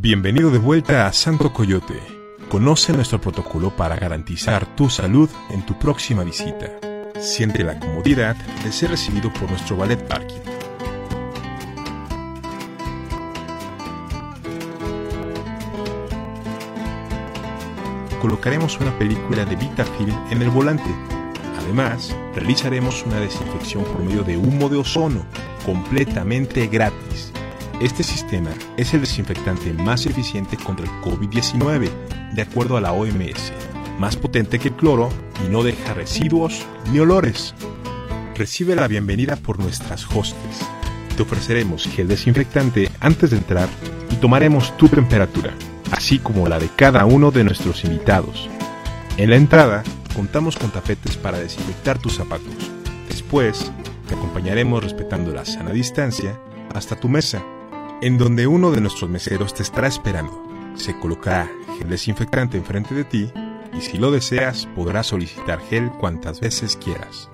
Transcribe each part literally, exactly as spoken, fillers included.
Bienvenido de vuelta a Santo Coyote. Conoce nuestro protocolo para garantizar tu salud en tu próxima visita. Siente la comodidad de ser recibido por nuestro valet parking. Colocaremos una película de Vitafilm en el volante. Además, realizaremos una desinfección por medio de humo de ozono, completamente gratis. Este sistema es el desinfectante más eficiente contra el covid diecinueve, de acuerdo a la O M S, más potente que el cloro y no deja residuos ni olores. Recibe la bienvenida por nuestras hostes. Te ofreceremos gel desinfectante antes de entrar y tomaremos tu temperatura, así como la de cada uno de nuestros invitados. En la entrada, contamos con tapetes para desinfectar tus zapatos. Después, te acompañaremos respetando la sana distancia hasta tu mesa, en donde uno de nuestros meseros te estará esperando. Se colocará gel desinfectante enfrente de ti y si lo deseas podrás solicitar gel cuantas veces quieras.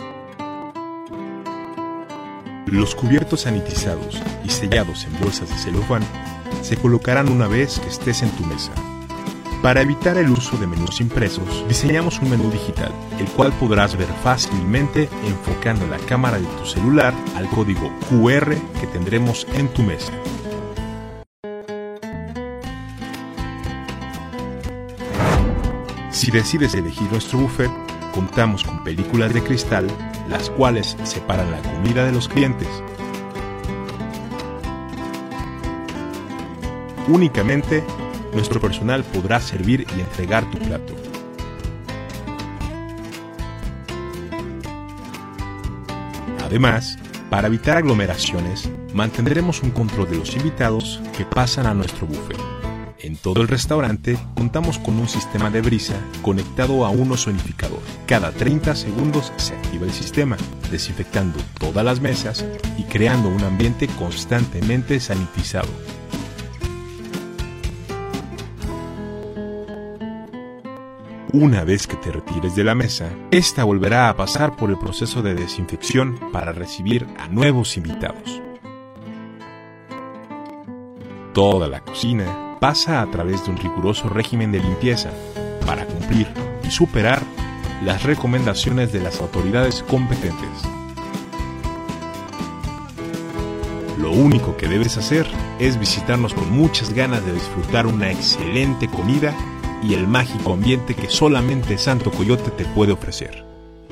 Los cubiertos sanitizados y sellados en bolsas de celofán se colocarán una vez que estés en tu mesa. Para evitar el uso de menús impresos, diseñamos un menú digital, el cual podrás ver fácilmente enfocando la cámara de tu celular al código Q R que tendremos en tu mesa. Si decides elegir nuestro buffet, contamos con películas de cristal, las cuales separan la comida de los clientes. Únicamente, nuestro personal podrá servir y entregar tu plato. Además, para evitar aglomeraciones, mantendremos un control de los invitados que pasan a nuestro buffet. En todo el restaurante contamos con un sistema de brisa conectado a un ozonificador. Cada treinta segundos se activa el sistema, desinfectando todas las mesas y creando un ambiente constantemente sanitizado. Una vez que te retires de la mesa, esta volverá a pasar por el proceso de desinfección para recibir a nuevos invitados. Toda la cocina pasa a través de un riguroso régimen de limpieza para cumplir y superar las recomendaciones de las autoridades competentes. Lo único que debes hacer es visitarnos con muchas ganas de disfrutar una excelente comida y el mágico ambiente que solamente Santo Coyote te puede ofrecer.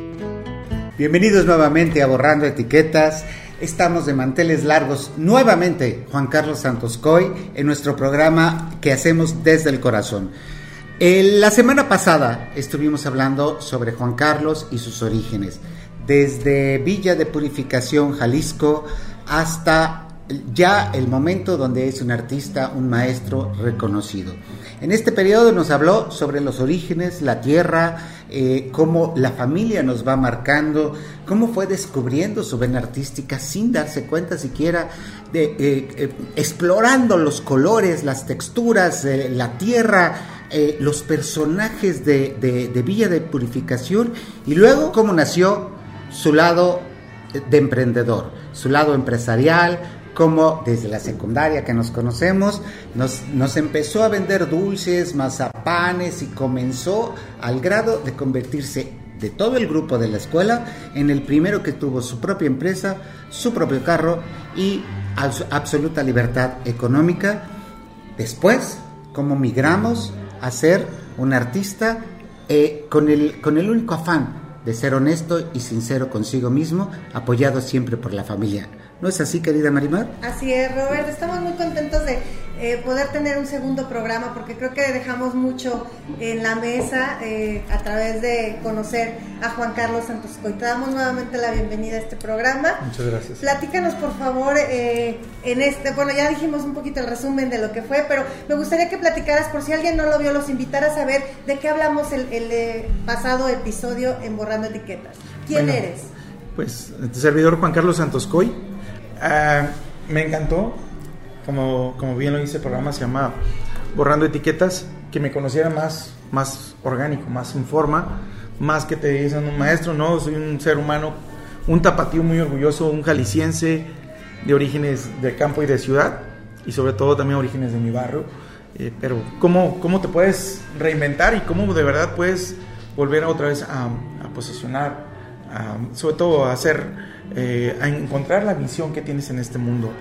Bienvenidos nuevamente a Borrando Etiquetas. Estamos de manteles largos nuevamente, Juan Carlos Santoscoy, en nuestro programa que hacemos desde el corazón. Eh, la semana pasada estuvimos hablando sobre Juan Carlos y sus orígenes, desde Villa de Purificación, Jalisco, hasta ya el momento donde es un artista, un maestro reconocido. En este periodo nos habló sobre los orígenes, la tierra, eh, cómo la familia nos va marcando, cómo fue descubriendo su vena artística sin darse cuenta siquiera, de, eh, eh, explorando los colores, las texturas, eh, la tierra, eh, los personajes de, de, de Villa de Purificación, y luego cómo nació su lado de emprendedor, su lado empresarial, como desde la secundaria que nos conocemos, nos, nos empezó a vender dulces, mazapanes y comenzó al grado de convertirse de todo el grupo de la escuela en el primero que tuvo su propia empresa, su propio carro y absoluta libertad económica. Después, como migramos a ser un artista eh, con, el, con el único afán de ser honesto y sincero consigo mismo, apoyado siempre por la familia. ¿No es así, querida Marimar? Así es, Robert. Estamos muy contentos de eh, poder tener un segundo programa porque creo que dejamos mucho en la mesa eh, a través de conocer a Juan Carlos Santoscoy. Te damos nuevamente la bienvenida a este programa. Muchas gracias. Platícanos, por favor, eh, en este, bueno, ya dijimos un poquito el resumen de lo que fue, pero me gustaría que platicaras, por si alguien no lo vio, los invitaras a ver de qué hablamos el, el eh, pasado episodio en Borrando Etiquetas. ¿Quién bueno, eres? Pues, tu servidor Juan Carlos Santoscoy. Uh, me encantó, como, como bien lo dice el programa, se llama Borrando Etiquetas, que me conociera más, más orgánico, más en forma, más que te dicen un maestro. No, soy un ser humano, un tapatío muy orgulloso, un jalisciense de orígenes de campo y de ciudad, y sobre todo también orígenes de mi barrio. eh, pero ¿cómo, cómo te puedes reinventar y cómo de verdad puedes volver otra vez a, a posicionar, a, sobre todo a hacer, eh, a encontrar la visión que tienes en este mundo?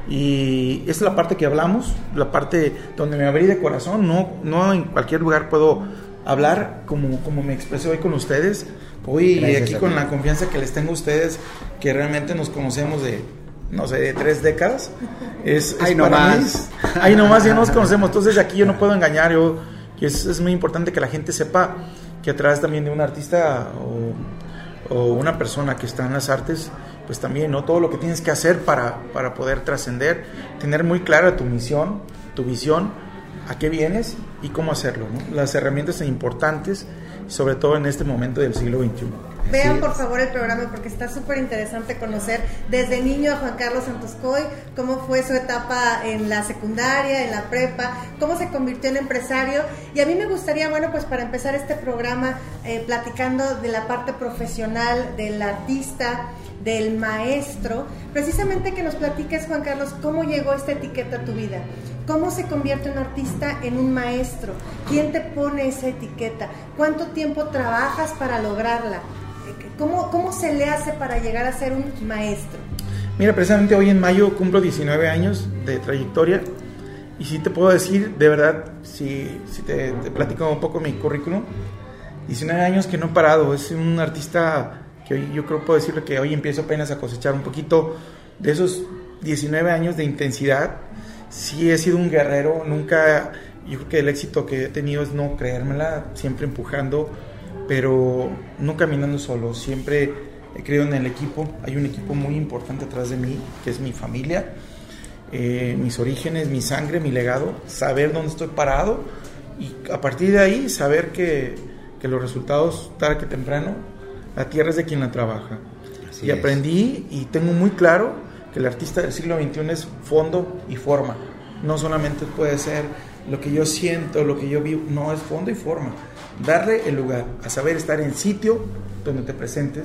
Y esa es la parte que hablamos, la parte donde me abrí de corazón. No, no en cualquier lugar puedo hablar como, como me expresé hoy con ustedes. Hoy Gracias aquí con la confianza que les tengo a ustedes, que realmente nos conocemos de, no sé, de tres décadas. Es, es Ay, no para más. mí, ahí nomás ya nos conocemos. Entonces aquí yo no puedo engañar. Yo, que es, es muy importante que la gente sepa que atrás también de un artista o, o una persona que está en las artes, pues también, ¿no? Todo lo que tienes que hacer para, para poder trascender, tener muy clara tu misión, tu visión, a qué vienes y cómo hacerlo, ¿no? Las herramientas son importantes, sobre todo en este momento del siglo veintiuno. Vean por favor el programa porque está súper interesante conocer desde niño a Juan Carlos Santoscoy, cómo fue su etapa en la secundaria, en la prepa, cómo se convirtió en empresario. Y a mí me gustaría, bueno, pues para empezar este programa eh, platicando de la parte profesional del artista, del maestro, precisamente que nos platiques, Juan Carlos, cómo llegó esta etiqueta a tu vida. ¿Cómo se convierte un artista en un maestro? ¿Quién te pone esa etiqueta? ¿Cuánto tiempo trabajas para lograrla? ¿Cómo, cómo se le hace para llegar a ser un maestro? Mira, precisamente hoy en mayo cumplo diecinueve años de trayectoria y sí te puedo decir, de verdad, si, si te, te platico un poco mi currículum, diecinueve años que no he parado. Es un artista que hoy yo creo puedo decirle que hoy empiezo apenas a cosechar un poquito de esos diecinueve años de intensidad. Sí he sido un guerrero, nunca, yo creo que el éxito que he tenido es no creérmela, siempre empujando, pero no caminando solo, siempre he creído en el equipo. Hay un equipo muy importante atrás de mí, que es mi familia, eh, mis orígenes, mi sangre, mi legado, saber dónde estoy parado y a partir de ahí saber que, que los resultados, tarde que temprano, la tierra es de quien la trabaja. Así y es. Aprendí y tengo muy claro que el artista del siglo veintiuno es fondo y forma. No solamente puede ser lo que yo siento, lo que yo vivo, no, es fondo y forma. Darle el lugar, a saber estar en sitio donde te presentes,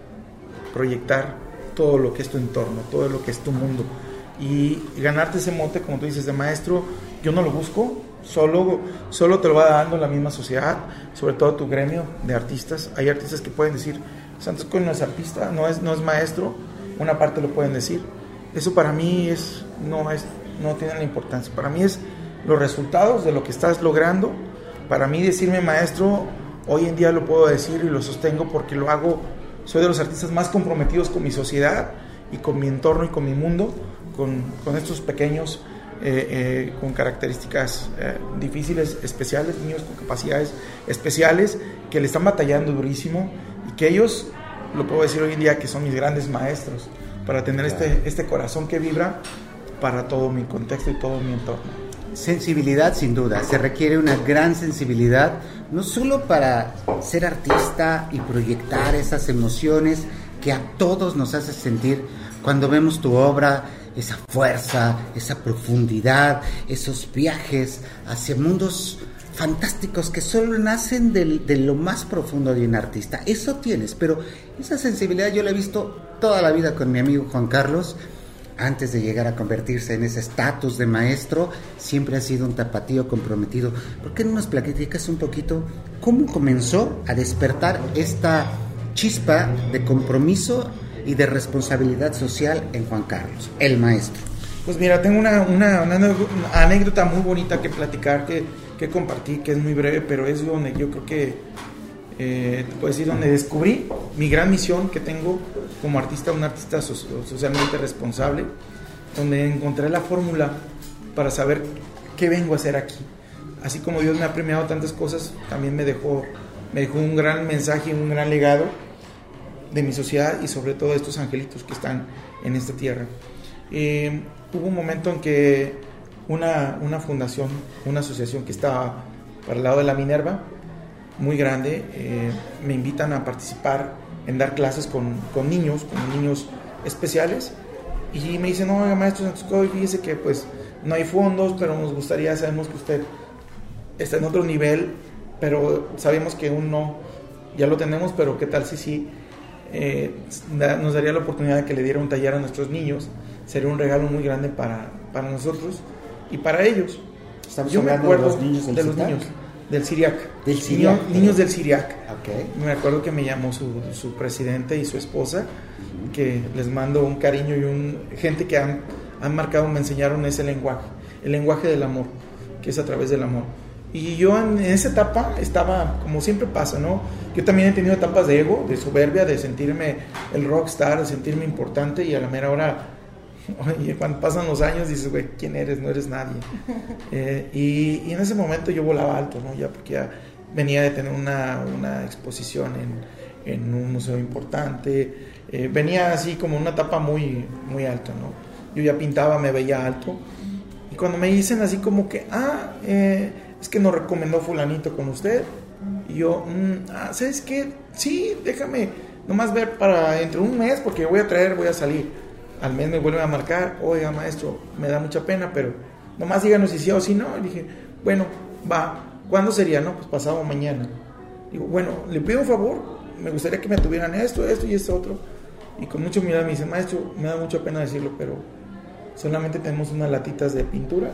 proyectar todo lo que es tu entorno, todo lo que es tu mundo. Y ganarte ese mote, como tú dices, de maestro, yo no lo busco, solo, solo te lo va dando la misma sociedad, sobre todo tu gremio de artistas. Hay artistas que pueden decir, Santoscoy no es artista, no es, no es maestro, una parte lo pueden decir. Eso para mí es, no, es, no tiene la importancia. Para mí es los resultados de lo que estás logrando. Para mí decirme maestro, hoy en día lo puedo decir y lo sostengo porque lo hago. Soy de los artistas más comprometidos con mi sociedad y con mi entorno y con mi mundo, con, con estos pequeños, eh, eh, con características eh, difíciles, especiales, niños con capacidades especiales que le están batallando durísimo y que ellos, lo puedo decir hoy en día, que son mis grandes maestros para tener claro. este, este corazón que vibra para todo mi contexto y todo mi entorno. Sensibilidad, sin duda, se requiere una gran sensibilidad, no solo para ser artista y proyectar esas emociones que a todos nos hace sentir cuando vemos tu obra, esa fuerza, esa profundidad, esos viajes hacia mundos fantásticos que solo nacen de, de lo más profundo de un artista. Eso tienes, pero esa sensibilidad yo la he visto toda la vida con mi amigo Juan Carlos. Antes de llegar a convertirse en ese estatus de maestro, siempre ha sido un tapatío comprometido. ¿Por qué no nos platicas un poquito cómo comenzó a despertar esta chispa de compromiso y de responsabilidad social en Juan Carlos, el maestro? Pues mira, tengo una, una, una anécdota muy bonita que platicar, que, que compartí, que es muy breve, pero es donde yo creo que, eh, te puedo decir, donde descubrí mi gran misión que tengo como artista, un artista so, socialmente responsable, donde encontré la fórmula para saber qué vengo a hacer aquí. Así como Dios me ha premiado tantas cosas, también me dejó, me dejó un gran mensaje, un gran legado de mi sociedad y sobre todo de estos angelitos que están en esta tierra. Eh, hubo un momento en que una, una fundación, una asociación que estaba para el lado de la Minerva, muy grande, eh, me invitan a participar en dar clases con, con niños, con niños especiales, y me dicen, no, oiga, maestro Santoscoy, fíjese que pues no hay fondos, pero nos gustaría, sabemos que usted está en otro nivel, pero sabemos que aún no, ya lo tenemos, pero qué tal si sí, eh, nos daría la oportunidad de que le diera un taller a nuestros niños. Sería un regalo muy grande para, para nosotros y para ellos. Estamos Yo me hablando acuerdo de los niños del de los Siriac. niños del Siriac. Del Siriac. Niños, niños del Siriac. Okay. Me acuerdo que me llamó su, su presidente y su esposa, que les mando un cariño y un gente que han, han marcado, me enseñaron ese lenguaje, el lenguaje del amor, que es a través del amor. Y yo en, en esa etapa estaba, como siempre pasa, ¿no? Yo también he tenido etapas de ego, de soberbia, de sentirme el rockstar, de sentirme importante, y a la mera hora, oye, cuando pasan los años dices, güey, ¿quién eres? No eres nadie. Eh, y, y en ese momento yo volaba alto, ¿no? Ya porque ya venía de tener una, una exposición en, en un museo importante, eh, venía así como una etapa muy, muy alta, ¿no? Yo ya pintaba, me veía alto, y cuando me dicen así como que, ah, eh, es que nos recomendó fulanito con usted, y yo, mm, ah, ¿sabes qué? Sí, déjame nomás ver para entre un mes, porque voy a traer, voy a salir. Al mes me vuelven a marcar, oiga maestro, me da mucha pena, pero nomás díganos si sí o si no. Y dije, bueno, va, ¿cuándo sería? No, pues pasado mañana. Digo, bueno, le pido un favor, me gustaría que me tuvieran esto, esto y esto otro. Y con mucha humildad me dice, maestro, me da mucha pena decirlo, pero solamente tenemos unas latitas de pintura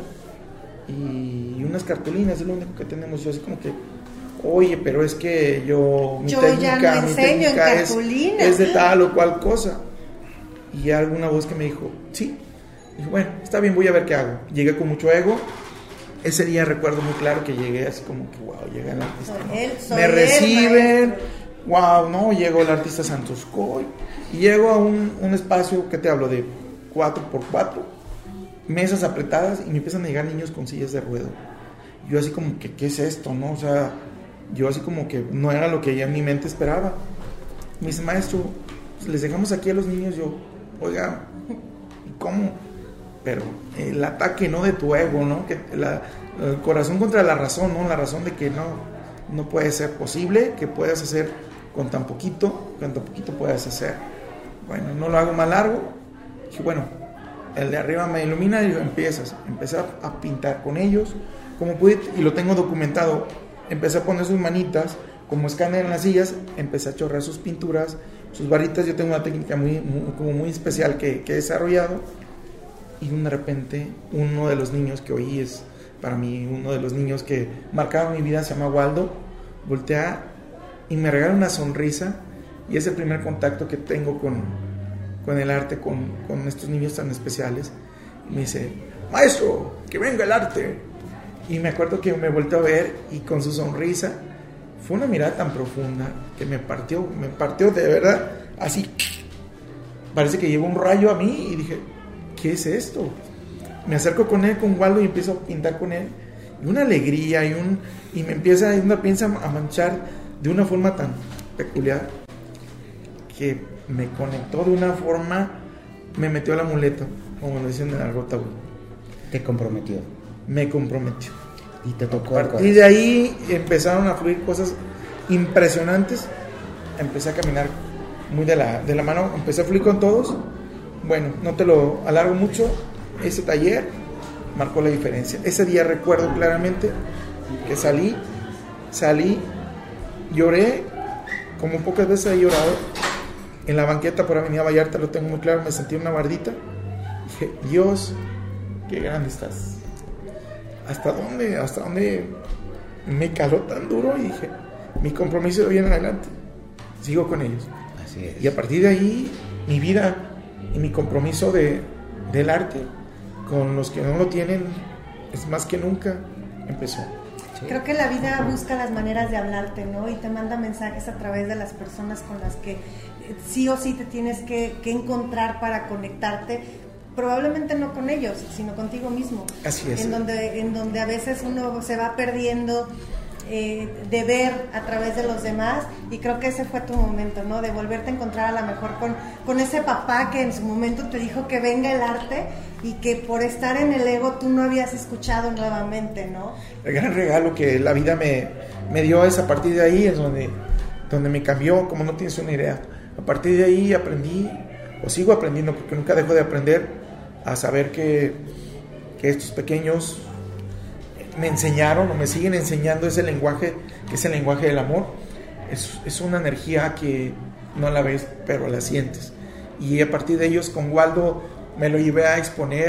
y unas cartulinas, es lo único que tenemos. Yo así como que, oye, pero es que yo, mi yo técnica, ya no mi enseño técnica en es, cartulinas. es de tal o cual cosa. Y alguna voz que me dijo, sí. Dije, bueno, está bien, voy a ver qué hago. Llegué con mucho ego. Ese día recuerdo muy claro que llegué así como que, wow, llega el artista, Soy ¿no? él, soy Me él, reciben, maestro. wow, ¿no? Llegó el artista Santos Coy. Y llego a un, un espacio, ¿qué te hablo? De cuatro por cuatro, mesas apretadas, y me empiezan a llegar niños con sillas de ruedo. Yo así como que, ¿qué es esto, no? O sea, yo así como que no era lo que ya en mi mente esperaba. Me dice, maestro, les dejamos aquí a los niños. Yo, oiga, ¿cómo? Pero el ataque, ¿no? De tu ego, ¿no? Que la, el corazón contra la razón, ¿no? La razón de que no, no puede ser posible que puedas hacer con tan poquito, con tan poquito puedas hacer. Bueno, no lo hago más largo. Dije, bueno, el de arriba me ilumina y empiezas. Empecé a, a pintar con ellos, como pude, y lo tengo documentado. Empecé a poner sus manitas como escáner en las sillas, empecé a chorrear sus pinturas, sus varitas. Yo tengo una técnica muy, muy, como muy especial que, que he desarrollado. Y de repente uno de los niños que hoy es para mí uno de los niños que marcaron mi vida, se llama Waldo, voltea y me regala una sonrisa, y es el primer contacto que tengo con, con el arte, con, con estos niños tan especiales. Y me dice, maestro, que venga el arte. Y me acuerdo que me volteó a ver, y con su sonrisa fue una mirada tan profunda que me partió, me partió de verdad, así, parece que llegó un rayo a mí, y dije, ¿qué es esto? Me acerco con él, con Waldo, y empiezo a pintar con él, y una alegría, y, un, y me empieza, y una piensa a manchar de una forma tan peculiar, que me conectó de una forma, me metió el amuleto, como lo dicen en el argot tabú. Te comprometió. Me comprometió. Y te tocó. A partir de ahí empezaron a fluir cosas impresionantes. Empecé a caminar muy de la, de la mano, empecé a fluir con todos. Bueno, no te lo alargo mucho. Ese taller marcó la diferencia. Ese día recuerdo claramente que salí, salí, lloré, como pocas veces he llorado. En la banqueta por Avenida Vallarta, lo tengo muy claro, me sentí una bardita. Dije, Dios, qué grande estás. ¿Hasta dónde? ¿Hasta dónde me caló tan duro? Y dije, mi compromiso de hoy en adelante, sigo con ellos. Así es. Y a partir de ahí, mi vida y mi compromiso de, del arte con los que no lo tienen es más que nunca empezó. Sí. Creo que la vida busca las maneras de hablarte, ¿no? Y te manda mensajes a través de las personas con las que sí o sí te tienes que, que encontrar para conectarte. Probablemente no con ellos, sino contigo mismo. Así es. En donde, en donde a veces uno se va perdiendo eh, de ver a través de los demás, y creo que ese fue tu momento, ¿no? De volverte a encontrar a lo mejor con, con ese papá que en su momento te dijo que venga el arte, y que por estar en el ego tú no habías escuchado nuevamente, ¿no? El gran regalo que la vida me, me dio es a partir de ahí, es donde, donde me cambió, como no tienes una idea. A partir de ahí aprendí, o sigo aprendiendo, porque nunca dejo de aprender, a saber que, que estos pequeños me enseñaron o me siguen enseñando ese lenguaje, que es el lenguaje del amor. Es, es una energía que no la ves, pero la sientes. Y a partir de ellos, con Waldo, me lo llevé a exponer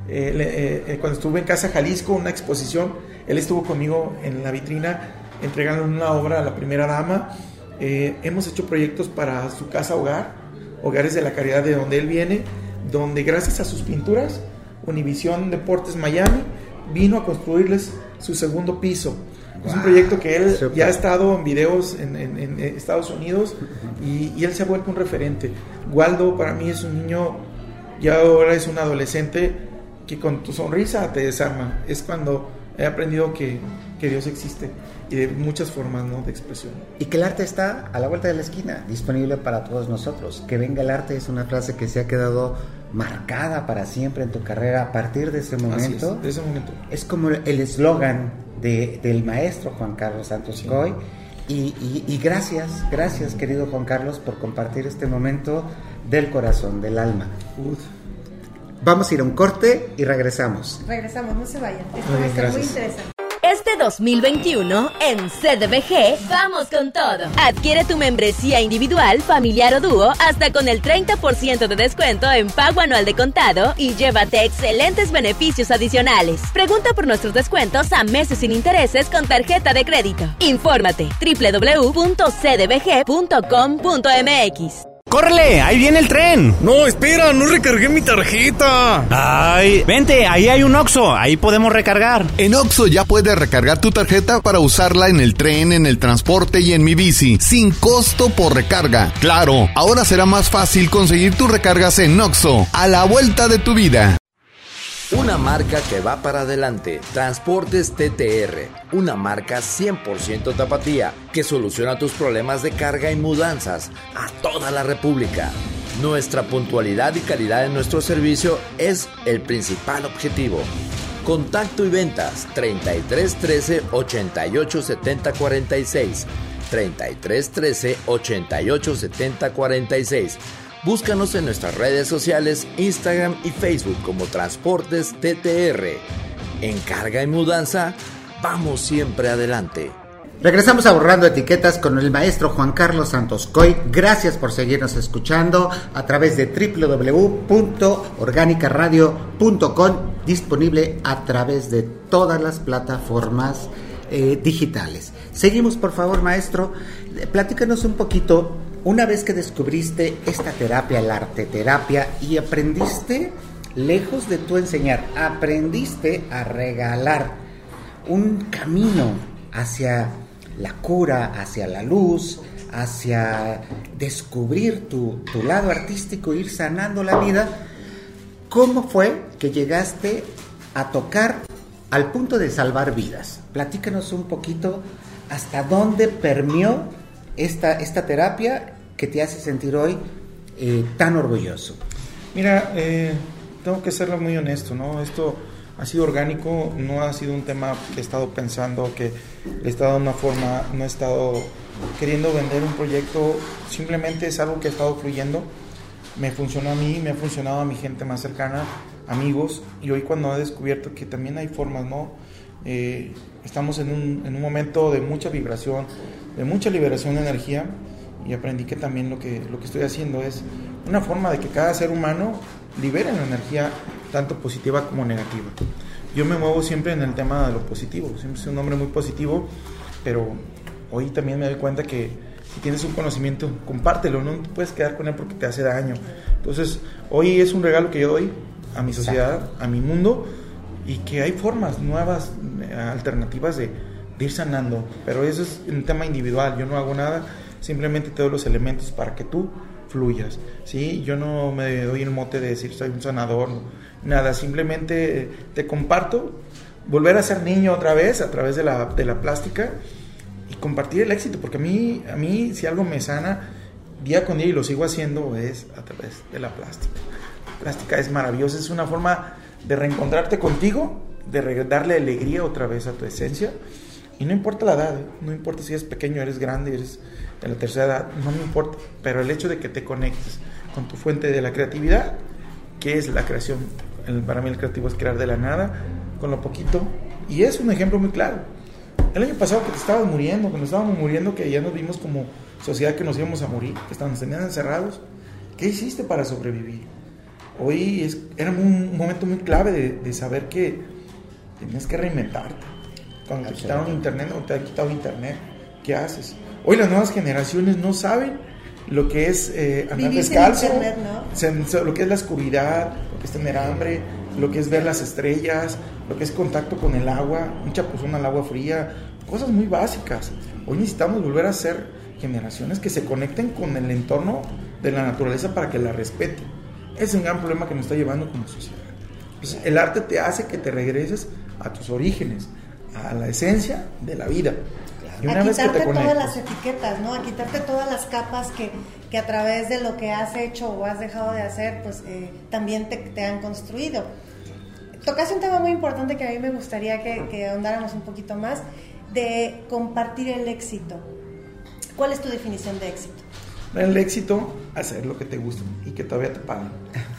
eh, le, eh, cuando estuve en Casa Jalisco, una exposición, él estuvo conmigo en la vitrina entregando una obra a la primera dama. Eh, hemos hecho proyectos para su casa hogar, Hogares de la Caridad, de donde él viene, donde gracias a sus pinturas Univisión Deportes Miami vino a construirles su segundo piso. Wow. Es un proyecto que él Super. ya ha estado en videos en, en, en Estados Unidos y, y él se ha vuelto un referente. Waldo para mí es un niño, ya ahora es un adolescente que con tu sonrisa te desarma. Es cuando he aprendido que, que Dios existe y de muchas formas, ¿no?, de expresión. Y que el arte está a la vuelta de la esquina, disponible para todos nosotros. Que venga el arte es una frase que se ha quedado marcada para siempre en tu carrera a partir de ese momento. Es, de ese momento. Es como el eslogan de, del maestro Juan Carlos Santos sí. Coy. Y, y, y gracias, gracias querido Juan Carlos por compartir este momento del corazón, del alma. Uf. Vamos a ir a un corte y regresamos. Regresamos, no se vayan. Esto va a ser muy interesante. Este dos mil veintiuno, en C D B G, vamos con todo. Adquiere tu membresía individual, familiar o dúo hasta con el treinta por ciento de descuento en pago anual de contado y llévate excelentes beneficios adicionales. Pregunta por nuestros descuentos a meses sin intereses con tarjeta de crédito. Infórmate doble u doble u doble u punto c d b g punto com punto m x. ¡Córrele! ¡Ahí viene el tren! No, espera, no recargué mi tarjeta. ¡Ay! Vente, ahí hay un Oxxo, ahí podemos recargar. En Oxxo ya puedes recargar tu tarjeta para usarla en el tren, en el transporte y en Mi Bici, sin costo por recarga. Claro, ahora será más fácil conseguir tus recargas en Oxxo, a la vuelta de tu vida. Una marca que va para adelante. Transportes T T R. Una marca cien por ciento tapatía que soluciona tus problemas de carga y mudanzas a toda la República. Nuestra puntualidad y calidad en nuestro servicio es el principal objetivo. Contacto y ventas treinta y tres trece ochenta y ocho setenta cuarenta y seis. treinta y tres trece ochenta y ocho setenta cuarenta y seis. Búscanos en nuestras redes sociales, Instagram y Facebook como Transportes T T R. En carga y mudanza, vamos siempre adelante. Regresamos a Borrando Etiquetas con el maestro Juan Carlos Santos Coy. Gracias por seguirnos escuchando a través de doble u doble u doble u punto orgánica radio punto com, disponible a través de todas las plataformas eh, digitales. Seguimos, por favor, maestro. Platícanos un poquito. Una vez que descubriste esta terapia, la arte terapia, y aprendiste, lejos de tú enseñar, aprendiste a regalar un camino hacia la cura, hacia la luz, hacia descubrir tu, tu lado artístico, ir sanando la vida. ¿Cómo fue que llegaste a tocar al punto de salvar vidas? Platícanos un poquito hasta dónde permeó Esta, esta terapia que te hace sentir hoy eh, tan orgulloso. Mira, eh, tengo que serlo muy honesto, ¿no? Esto ha sido orgánico, no ha sido un tema que he estado pensando, que le he estado dando una forma, no he estado queriendo vender un proyecto, simplemente es algo que ha estado fluyendo. Me funcionó a mí, me ha funcionado a mi gente más cercana, amigos, y hoy cuando he descubierto que también hay formas, ¿no? Eh, estamos en un, en un momento de mucha vibración, de mucha liberación de energía, y aprendí que también lo que, lo que estoy haciendo es una forma de que cada ser humano libere la energía tanto positiva como negativa. Yo me muevo siempre en el tema de lo positivo, siempre soy un hombre muy positivo, pero hoy también me doy cuenta que si tienes un conocimiento, compártelo, no te puedes quedar con él porque te hace daño. Entonces, hoy es un regalo que yo doy a mi sociedad, a mi mundo, y que hay formas nuevas, alternativas de, de ir sanando, pero eso es un tema individual. Yo no hago nada, simplemente te doy los elementos para que tú fluyas, ¿sí? Yo no me doy el mote de decir soy un sanador, nada, simplemente te comparto, volver a ser niño otra vez a través de la, de la plástica y compartir el éxito, porque a mí, a mí si algo me sana día con día y lo sigo haciendo es a través de la plástica. La plástica es maravillosa, es una forma de reencontrarte contigo, de darle alegría otra vez a tu esencia, y no importa la edad, ¿eh? No importa si eres pequeño, eres grande, eres de la tercera edad, no me importa, pero el hecho de que te conectes con tu fuente de la creatividad, que es la creación, el, para mí el creativo es crear de la nada, con lo poquito, y es un ejemplo muy claro. El año pasado que te estabas muriendo, que nos estábamos muriendo, que ya nos vimos como sociedad que nos íbamos a morir, que estábamos tenían encerrados, ¿qué hiciste para sobrevivir? Hoy es, era un momento muy clave de, de saber que tenías que reinventarte. Cuando te quitaron internet o te han quitado internet, ¿qué haces? Hoy las nuevas generaciones no saben lo que es eh, andar Vivir sin descalzo, internet, ¿no? se, lo que es la oscuridad, lo que es tener hambre, lo que es ver las estrellas, lo que es contacto con el agua, un chapuzón al agua fría, cosas muy básicas. Hoy necesitamos volver a ser generaciones que se conecten con el entorno de la naturaleza para que la respeten. Ese es un gran problema que nos está llevando como sociedad. Pues el arte te hace que te regreses a tus orígenes, a la esencia de la vida. Y una a vez quitarte que te todas las etiquetas, ¿no? A quitarte todas las capas que, que a través de lo que has hecho o has dejado de hacer, pues eh, también te, te han construido. Tocaste un tema muy importante que a mí me gustaría que, que ahondáramos un poquito más, de compartir el éxito. ¿Cuál es tu definición de éxito? El éxito, hacer lo que te gusta y que todavía te paguen.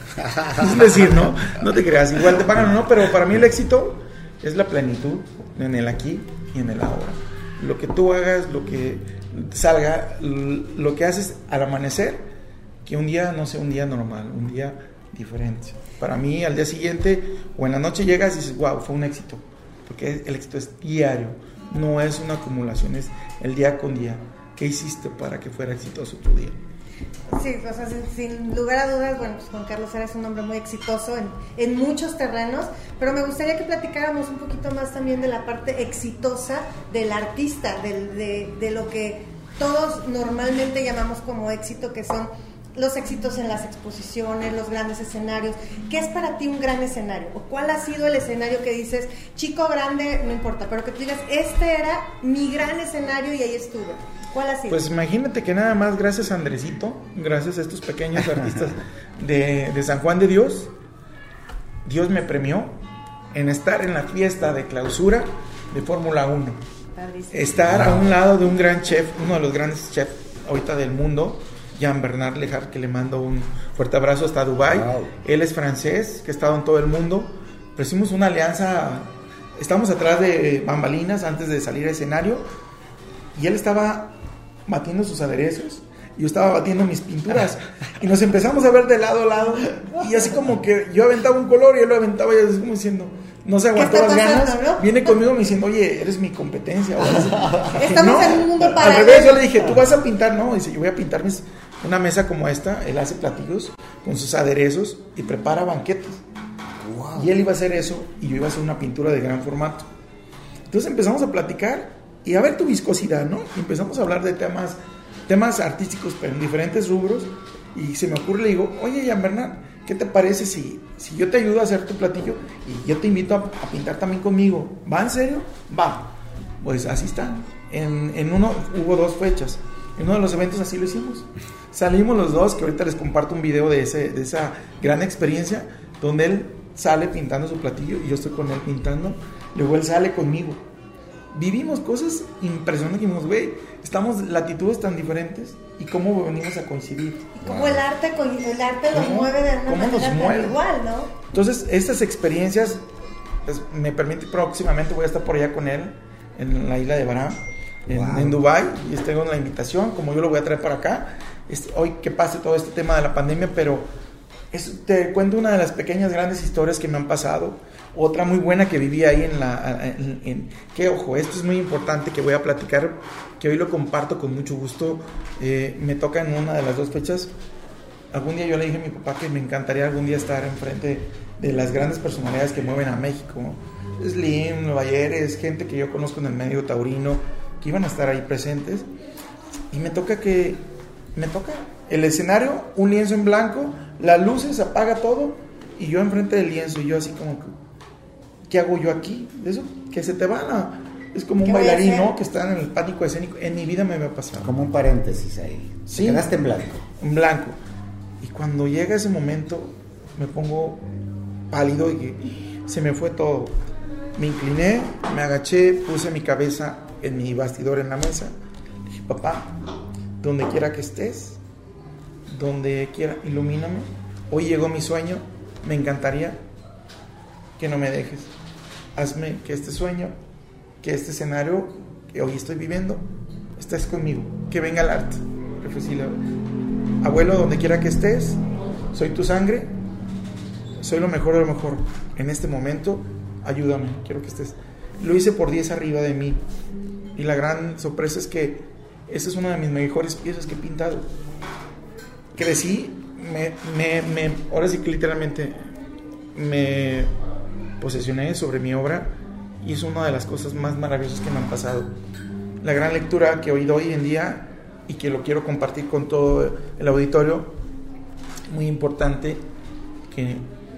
Es decir, no, no te creas, igual te pagan o no, pero para mí el éxito es la plenitud en el aquí y en el ahora. Lo que tú hagas, lo que salga, lo que haces al amanecer, que un día no sea un día normal, un día diferente. Para mí, al día siguiente o en la noche llegas y dices, wow, fue un éxito, porque el éxito es diario, no es una acumulación, es el día con día. ¿Qué hiciste para que fuera exitoso tu día? Sí, o sea, sin, sin lugar a dudas, bueno, pues Juan Carlos eres un hombre muy exitoso en, en muchos terrenos, pero me gustaría que platicáramos un poquito más también de la parte exitosa del artista, del, de, de lo que todos normalmente llamamos como éxito, que son los éxitos en las exposiciones, los grandes escenarios. ¿Qué es para ti un gran escenario? ¿O cuál ha sido el escenario que dices, chico, grande, no importa, pero que tú digas, este era mi gran escenario y ahí estuve? ¿Cuál ha sido? Pues imagínate que nada más gracias a Andresito, gracias a estos pequeños artistas de, de San Juan de Dios, Dios me premió en estar en la fiesta de clausura de Fórmula uno. Estar a un lado de un gran chef, uno de los grandes chefs ahorita del mundo, Jean-Bernard Léjar, que le mando un fuerte abrazo hasta Dubái. Wow. Él es francés, que ha estado en todo el mundo. Pero hicimos una alianza, estamos atrás de bambalinas antes de salir al escenario, y él estaba batiendo sus aderezos, yo estaba batiendo mis pinturas, y nos empezamos a ver de lado a lado, y así como que yo aventaba un color y él lo aventaba, y así como diciendo, no se aguantó las ganas, ¿no? Viene conmigo me diciendo, oye, eres mi competencia. Estamos no, en un mundo para al revés, yo le dije, tú vas a pintar, no, dice, yo voy a pintar mis, una mesa como esta, él hace platillos con sus aderezos y prepara banquetes. Wow. Y él iba a hacer eso, y yo iba a hacer una pintura de gran formato. Entonces empezamos a platicar, y a ver tu viscosidad, ¿no? Y empezamos a hablar de temas, temas artísticos, pero en diferentes rubros, y se me ocurre, le digo, oye, Jean-Bernard, ¿qué te parece si, si yo te ayudo a hacer tu platillo y yo te invito a, a pintar también conmigo? ¿Va en serio? Va. Pues así está. En, en uno hubo dos fechas. En uno de los eventos así lo hicimos. Salimos los dos, que ahorita les comparto un video de, ese, de esa gran experiencia, donde él sale pintando su platillo y yo estoy con él pintando. Luego él sale conmigo. Vivimos cosas impresionantes que dijimos, güey, estamos latitudes tan diferentes y cómo venimos a coincidir. Y cómo el arte, el arte los mueve de una manera tan igual, ¿no? Entonces, estas experiencias pues, me permite, próximamente voy a estar por allá con él, en la isla de Bará, en, wow. en Dubái, y tengo la invitación, como yo lo voy a traer para acá, este, hoy que pase todo este tema de la pandemia, pero es, te cuento una de las pequeñas grandes historias que me han pasado. Otra muy buena que viví ahí en la... En, en, que ojo, esto es muy importante que voy a platicar, que hoy lo comparto con mucho gusto. Eh, me toca en una de las dos fechas. Algún día yo le dije a mi papá que me encantaría algún día estar enfrente de las grandes personalidades que mueven a México. Slim, Nueva Bayeres, gente que yo conozco en el medio taurino, que iban a estar ahí presentes. Y me toca que... Me toca el escenario, un lienzo en blanco, las luces, apaga todo, y yo enfrente del lienzo, y yo así como que... ¿Qué hago yo aquí? De eso, que se te van a... Es como un bailarín, ¿no? Que está en el pánico escénico. En mi vida me había pasado. Como un paréntesis ahí. Sí. Quedaste en blanco. En blanco. Y cuando llega ese momento, me pongo pálido y se me fue todo. Me incliné, me agaché, puse mi cabeza en mi bastidor en la mesa. Dije, papá, donde quiera que estés, donde quiera, ilumíname. Hoy llegó mi sueño, me encantaría que no me dejes. Hazme que este sueño, que este escenario que hoy estoy viviendo, estés conmigo, que venga el arte. Abuelo, donde quiera que estés, soy tu sangre, soy lo mejor de lo mejor. En este momento, ayúdame, quiero que estés. Lo hice por diez arriba de mí. Y la gran sorpresa es que esta es una de mis mejores piezas que he pintado. Crecí, me, me, me, ahora sí que literalmente me posesioné sobre mi obra y es una de las cosas más maravillosas que me han pasado. La gran lectura que hoy doy en día y que lo quiero compartir con todo el auditorio, muy importante que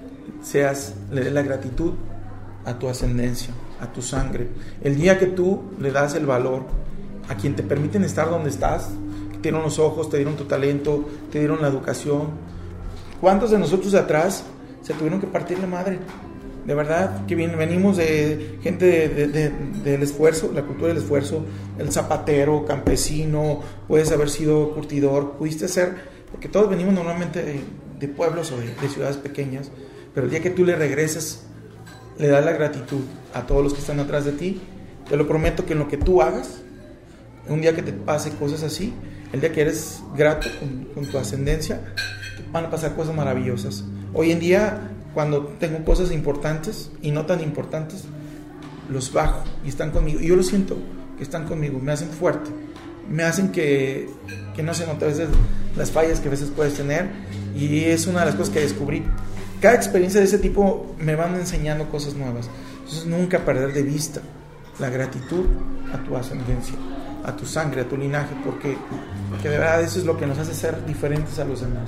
seas, le des la gratitud a tu ascendencia, a tu sangre. El día que tú le das el valor a quien te permiten estar donde estás, que te dieron los ojos, te dieron tu talento, te dieron la educación. ¿Cuántos de nosotros de atrás se tuvieron que partir la madre? De verdad, que bien, venimos de gente de, de, de, del esfuerzo, la cultura del esfuerzo, el zapatero, campesino, puedes haber sido curtidor, pudiste ser, porque todos venimos normalmente de, de pueblos o de, de ciudades pequeñas, pero el día que tú le regresas, le das la gratitud a todos los que están atrás de ti, te lo prometo que en lo que tú hagas, un día que te pase cosas así, el día que eres grato con, con tu ascendencia, van a pasar cosas maravillosas. Hoy en día, cuando tengo cosas importantes y no tan importantes, los bajo y están conmigo. Y yo lo siento, que están conmigo, me hacen fuerte, me hacen que, que no se noten a veces las fallas que a veces puedes tener. Y es una de las cosas que descubrí. Cada experiencia de ese tipo me van enseñando cosas nuevas. Entonces nunca perder de vista la gratitud a tu ascendencia, a tu sangre, a tu linaje, porque, porque de verdad eso es lo que nos hace ser diferentes a los demás.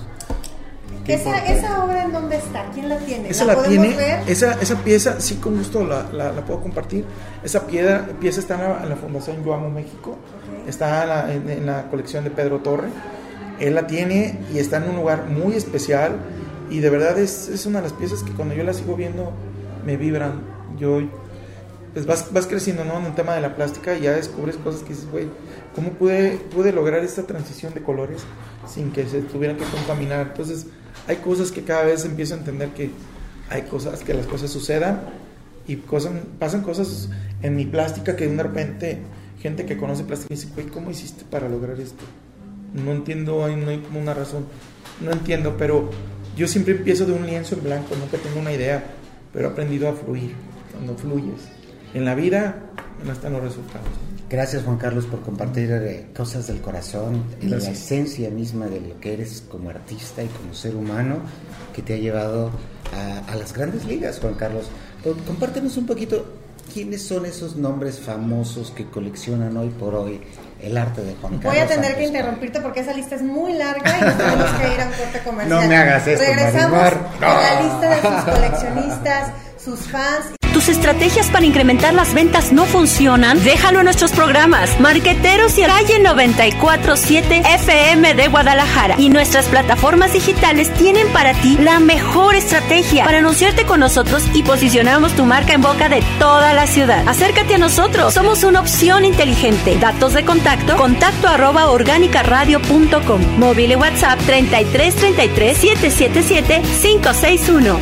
Esa, esa obra ¿en dónde está? ¿Quién la tiene? Esa ¿La, la podemos tiene, ver? Esa, esa pieza, sí, con gusto la, la, la puedo compartir. Esa piedra, pieza está en la, en la Fundación Yo Amo México, okay. Está en la, en, en la colección de Pedro Torre. Él la tiene y está en un lugar muy especial y de verdad es, es una de las piezas que cuando yo la sigo viendo me vibran. Yo, pues vas, vas creciendo, ¿no?, en el tema de la plástica y ya descubres cosas que dices, güey, ¿cómo pude, pude lograr esta transición de colores sin que se tuvieran que contaminar? Entonces hay cosas que cada vez empiezo a entender que hay cosas, que las cosas sucedan y cosas, pasan cosas en mi plástica que de repente gente que conoce plástica dice, güey, ¿cómo hiciste para lograr esto? No entiendo, no hay como una razón, no entiendo, pero yo siempre empiezo de un lienzo en blanco, nunca tengo una idea, pero he aprendido a fluir. Cuando fluyes en la vida, no están los resultados. Gracias, Juan Carlos, por compartir eh, cosas del corazón, la esencia misma de lo que eres como artista y como ser humano, que te ha llevado a, a las grandes ligas, Juan Carlos. Pero compártenos un poquito, ¿quiénes son esos nombres famosos que coleccionan hoy por hoy el arte de Juan Carlos? Voy a tener Santos que interrumpirte porque esa lista es muy larga y nos tenemos que ir a un corte comercial. No me hagas esto, Regresamos Marimar. con la lista de sus coleccionistas, sus fans. ¿Tus estrategias para incrementar las ventas no funcionan? Déjalo en nuestros programas Marqueteros y Calle noventa y cuatro punto siete F M de Guadalajara. Y nuestras plataformas digitales tienen para ti la mejor estrategia para anunciarte con nosotros y posicionamos tu marca en boca de toda la ciudad. Acércate a nosotros. Somos una opción inteligente. Datos de contacto, contacto arroba organicaradio punto com. Móvil y WhatsApp treinta y tres treinta y tres siete siete siete cinco seis uno.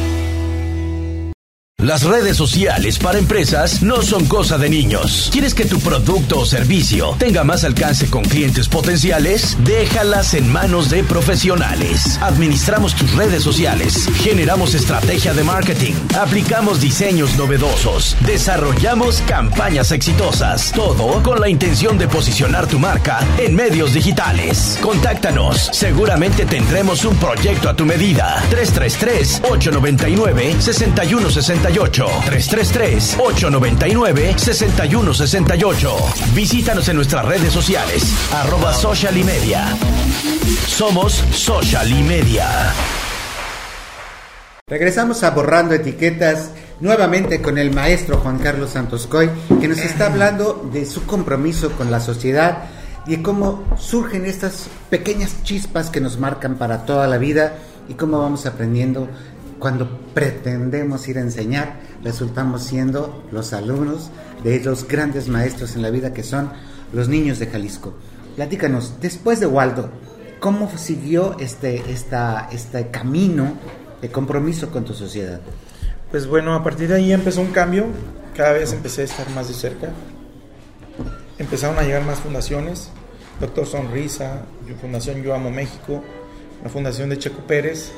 Las redes sociales para empresas no son cosa de niños. ¿Quieres que tu producto o servicio tenga más alcance con clientes potenciales? Déjalas en manos de profesionales. Administramos tus redes sociales, generamos estrategia de marketing, aplicamos diseños novedosos, desarrollamos campañas exitosas. Todo con la intención de posicionar tu marca en medios digitales. Contáctanos. Seguramente tendremos un proyecto a tu medida. tres tres tres, ocho nueve nueve, seis uno seis ocho. tres tres tres, ocho nueve nueve, seis uno seis ocho. Visítanos en nuestras redes sociales, arroba social y media. Somos Social y Media. Regresamos a Borrando Etiquetas, nuevamente con el maestro Juan Carlos Santos Coy, que nos está hablando de su compromiso con la sociedad y de cómo surgen estas pequeñas chispas que nos marcan para toda la vida y cómo vamos aprendiendo. Cuando pretendemos ir a enseñar, resultamos siendo los alumnos de los grandes maestros en la vida que son los niños de Jalisco. Platícanos, después de Waldo, ¿cómo siguió este, esta, este camino de compromiso con tu sociedad? Pues bueno, a partir de ahí empezó un cambio, cada vez empecé a estar más de cerca, empezaron a llegar más fundaciones, Doctor Sonrisa, Fundación Yo Amo México, la Fundación de Checo Pérez,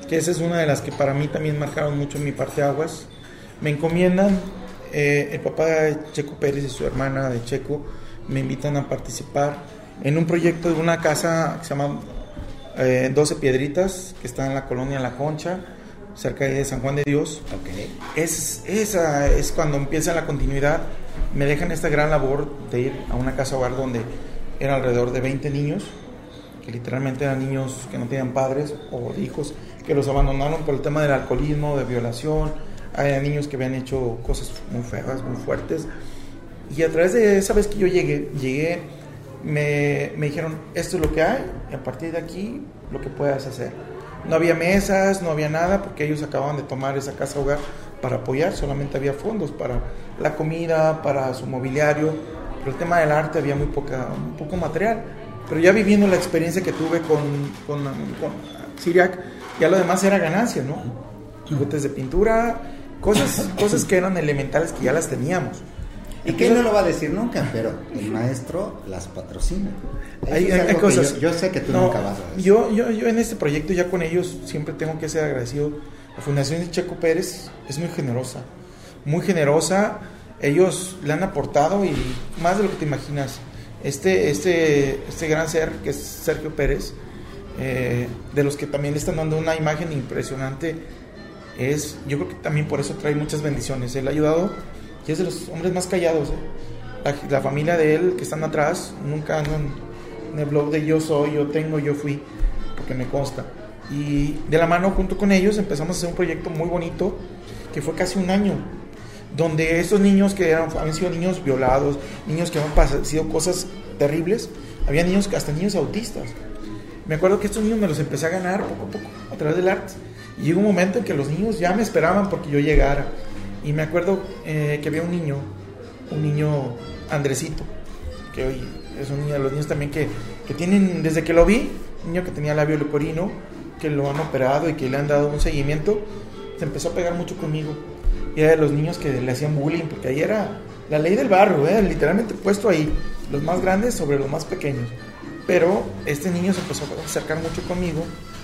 que esa es una de las que para mí también marcaron mucho mi parteaguas. Me encomiendan, eh, el papá de Checo Pérez y su hermana de Checo me invitan a participar en un proyecto de una casa que se llama eh, doce Piedritas, que está en la colonia La Concha, cerca de San Juan de Dios. Okay. Es, esa es cuando empieza la continuidad. Me dejan esta gran labor de ir a una casa hogar donde eran alrededor de veinte niños, que literalmente eran niños que no tenían padres o hijos, que los abandonaron por el tema del alcoholismo, de violación. Hay niños que habían hecho cosas muy feas, muy fuertes. Y a través de esa vez que yo llegué, llegué me, me dijeron, esto es lo que hay, y a partir de aquí, lo que puedas hacer. No había mesas, no había nada, porque ellos acababan de tomar esa casa hogar para apoyar, solamente había fondos para la comida, para su mobiliario, pero el tema del arte había muy poca, muy poco material. Pero ya viviendo la experiencia que tuve con, con, con Siriac, ya lo demás era ganancia, ¿no? Botes de pintura, cosas, cosas que eran elementales que ya las teníamos. Y que no lo va a decir nunca, pero el maestro las patrocina. Hay, hay cosas. Yo, yo sé que tú no, nunca vas a decir. Yo, yo, yo en este proyecto, ya con ellos, siempre tengo que ser agradecido. La Fundación de Checo Pérez es muy generosa, muy generosa. Ellos le han aportado y más de lo que te imaginas. Este, este, este gran ser que es Sergio Pérez, eh, de los que también le están dando una imagen impresionante, es, yo creo que también por eso trae muchas bendiciones. Él ha ayudado y es de los hombres más callados, ¿eh? la, la familia de él que están atrás nunca andan en el blog de yo soy, yo tengo, yo fui, porque me consta. Y de la mano junto con ellos empezamos a hacer un proyecto muy bonito que fue casi un año, donde estos niños que eran, habían sido niños violados, niños que habían padecido cosas terribles, había niños, hasta niños autistas. Me acuerdo que estos niños me los empecé a ganar poco a poco a través del arte. Y llegó un momento en que los niños ya me esperaban porque yo llegara. Y me acuerdo eh, que había un niño, un niño Andresito, que hoy es un niño de los niños también que, que tienen, desde que lo vi, un niño que tenía labio leporino, que lo han operado y que le han dado un seguimiento, se empezó a pegar mucho conmigo. Y era de los niños que le hacían bullying, porque ahí era la ley del barrio, ¿eh? Literalmente puesto ahí, los más grandes sobre los más pequeños. Pero este niño se empezó a acercar mucho conmigo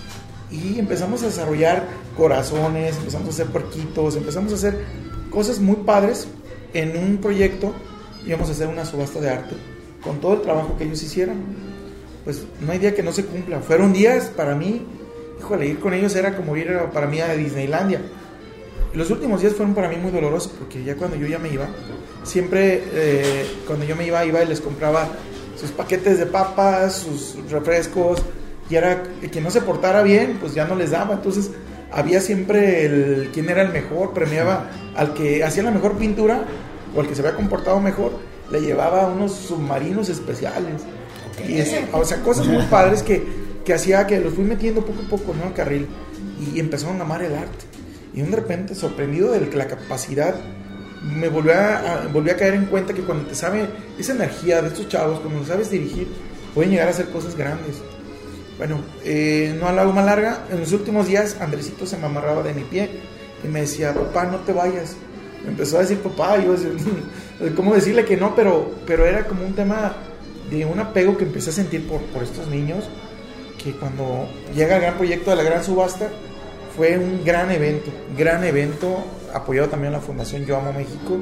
y empezamos a desarrollar corazones, empezamos a hacer puerquitos, empezamos a hacer cosas muy padres en un proyecto. Íbamos a hacer una subasta de arte con todo el trabajo que ellos hicieran. Pues no hay día que no se cumpla. Fueron días para mí, híjole, ir con ellos era como ir para mí a Disneylandia. Y los últimos días fueron para mí muy dolorosos, porque ya cuando yo ya me iba, siempre eh, cuando yo me iba, iba y les compraba sus paquetes de papas, sus refrescos, y era el que no se portara bien, pues ya no les daba. Entonces había siempre el quién era el mejor, premiaba al que hacía la mejor pintura o al que se había comportado mejor, le llevaba unos submarinos especiales. Okay. Y es, o sea, cosas muy padres que, que hacía que los fui metiendo poco a poco, ¿no?, al carril, y empezaron a amar el arte. Y de repente, sorprendido de la capacidad, me volví a, a, volví a caer en cuenta que cuando te sabe esa energía de estos chavos, cuando lo sabes dirigir, pueden llegar a hacer cosas grandes. Bueno, eh, no la hago más larga. En los últimos días, Andresito se me amarraba de mi pie y me decía, papá, no te vayas. Me empezó a decir papá, y yo decía, ¿cómo decirle que no? Pero, pero era como un tema de un apego que empecé a sentir por, por estos niños, que cuando llega el gran proyecto de la gran subasta, fue un gran evento, gran evento, apoyado también a la Fundación Yo Amo México.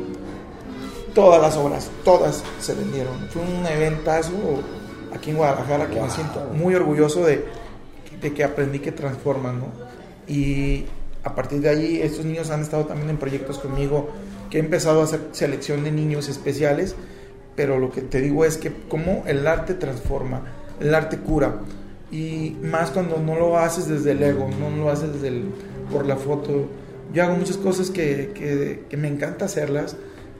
Todas las obras, todas se vendieron. Fue un eventazo aquí en Guadalajara que wow. me siento muy orgulloso de, de que aprendí que transforman, ¿no? Y a partir de ahí, estos niños han estado también en proyectos conmigo, que he empezado a hacer selección de niños especiales, pero lo que te digo es que cómo el arte transforma, el arte cura. Y más cuando no lo haces desde el ego, no lo haces desde el, por la foto. Yo hago muchas cosas que, que, que me encanta hacerlas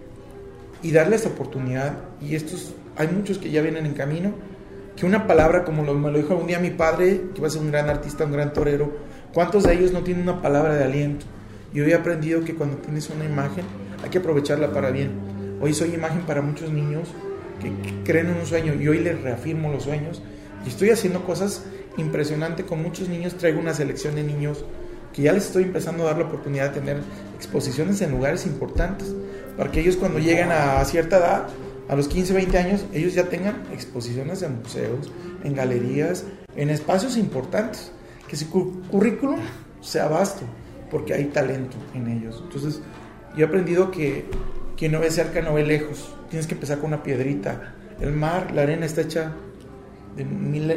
y darles oportunidad. Y estos, hay muchos que ya vienen en camino, que una palabra, como lo, me lo dijo un día mi padre, que va a ser un gran artista, un gran torero, ¿cuántos de ellos no tienen una palabra de aliento? Yo he aprendido que cuando tienes una imagen hay que aprovecharla para bien. Hoy soy imagen para muchos niños que, que creen en un sueño, y hoy les reafirmo los sueños. Y estoy haciendo cosas impresionantes con muchos niños. Traigo una selección de niños que ya les estoy empezando a dar la oportunidad de tener exposiciones en lugares importantes, para que ellos, cuando lleguen a cierta edad, a los quince, veinte años, ellos ya tengan exposiciones en museos, en galerías, en espacios importantes, que su currículum sea vasto, porque hay talento en ellos. Entonces, yo he aprendido que quien no ve cerca no ve lejos. Tienes que empezar con una piedrita. El mar, la arena está hecha de, mil,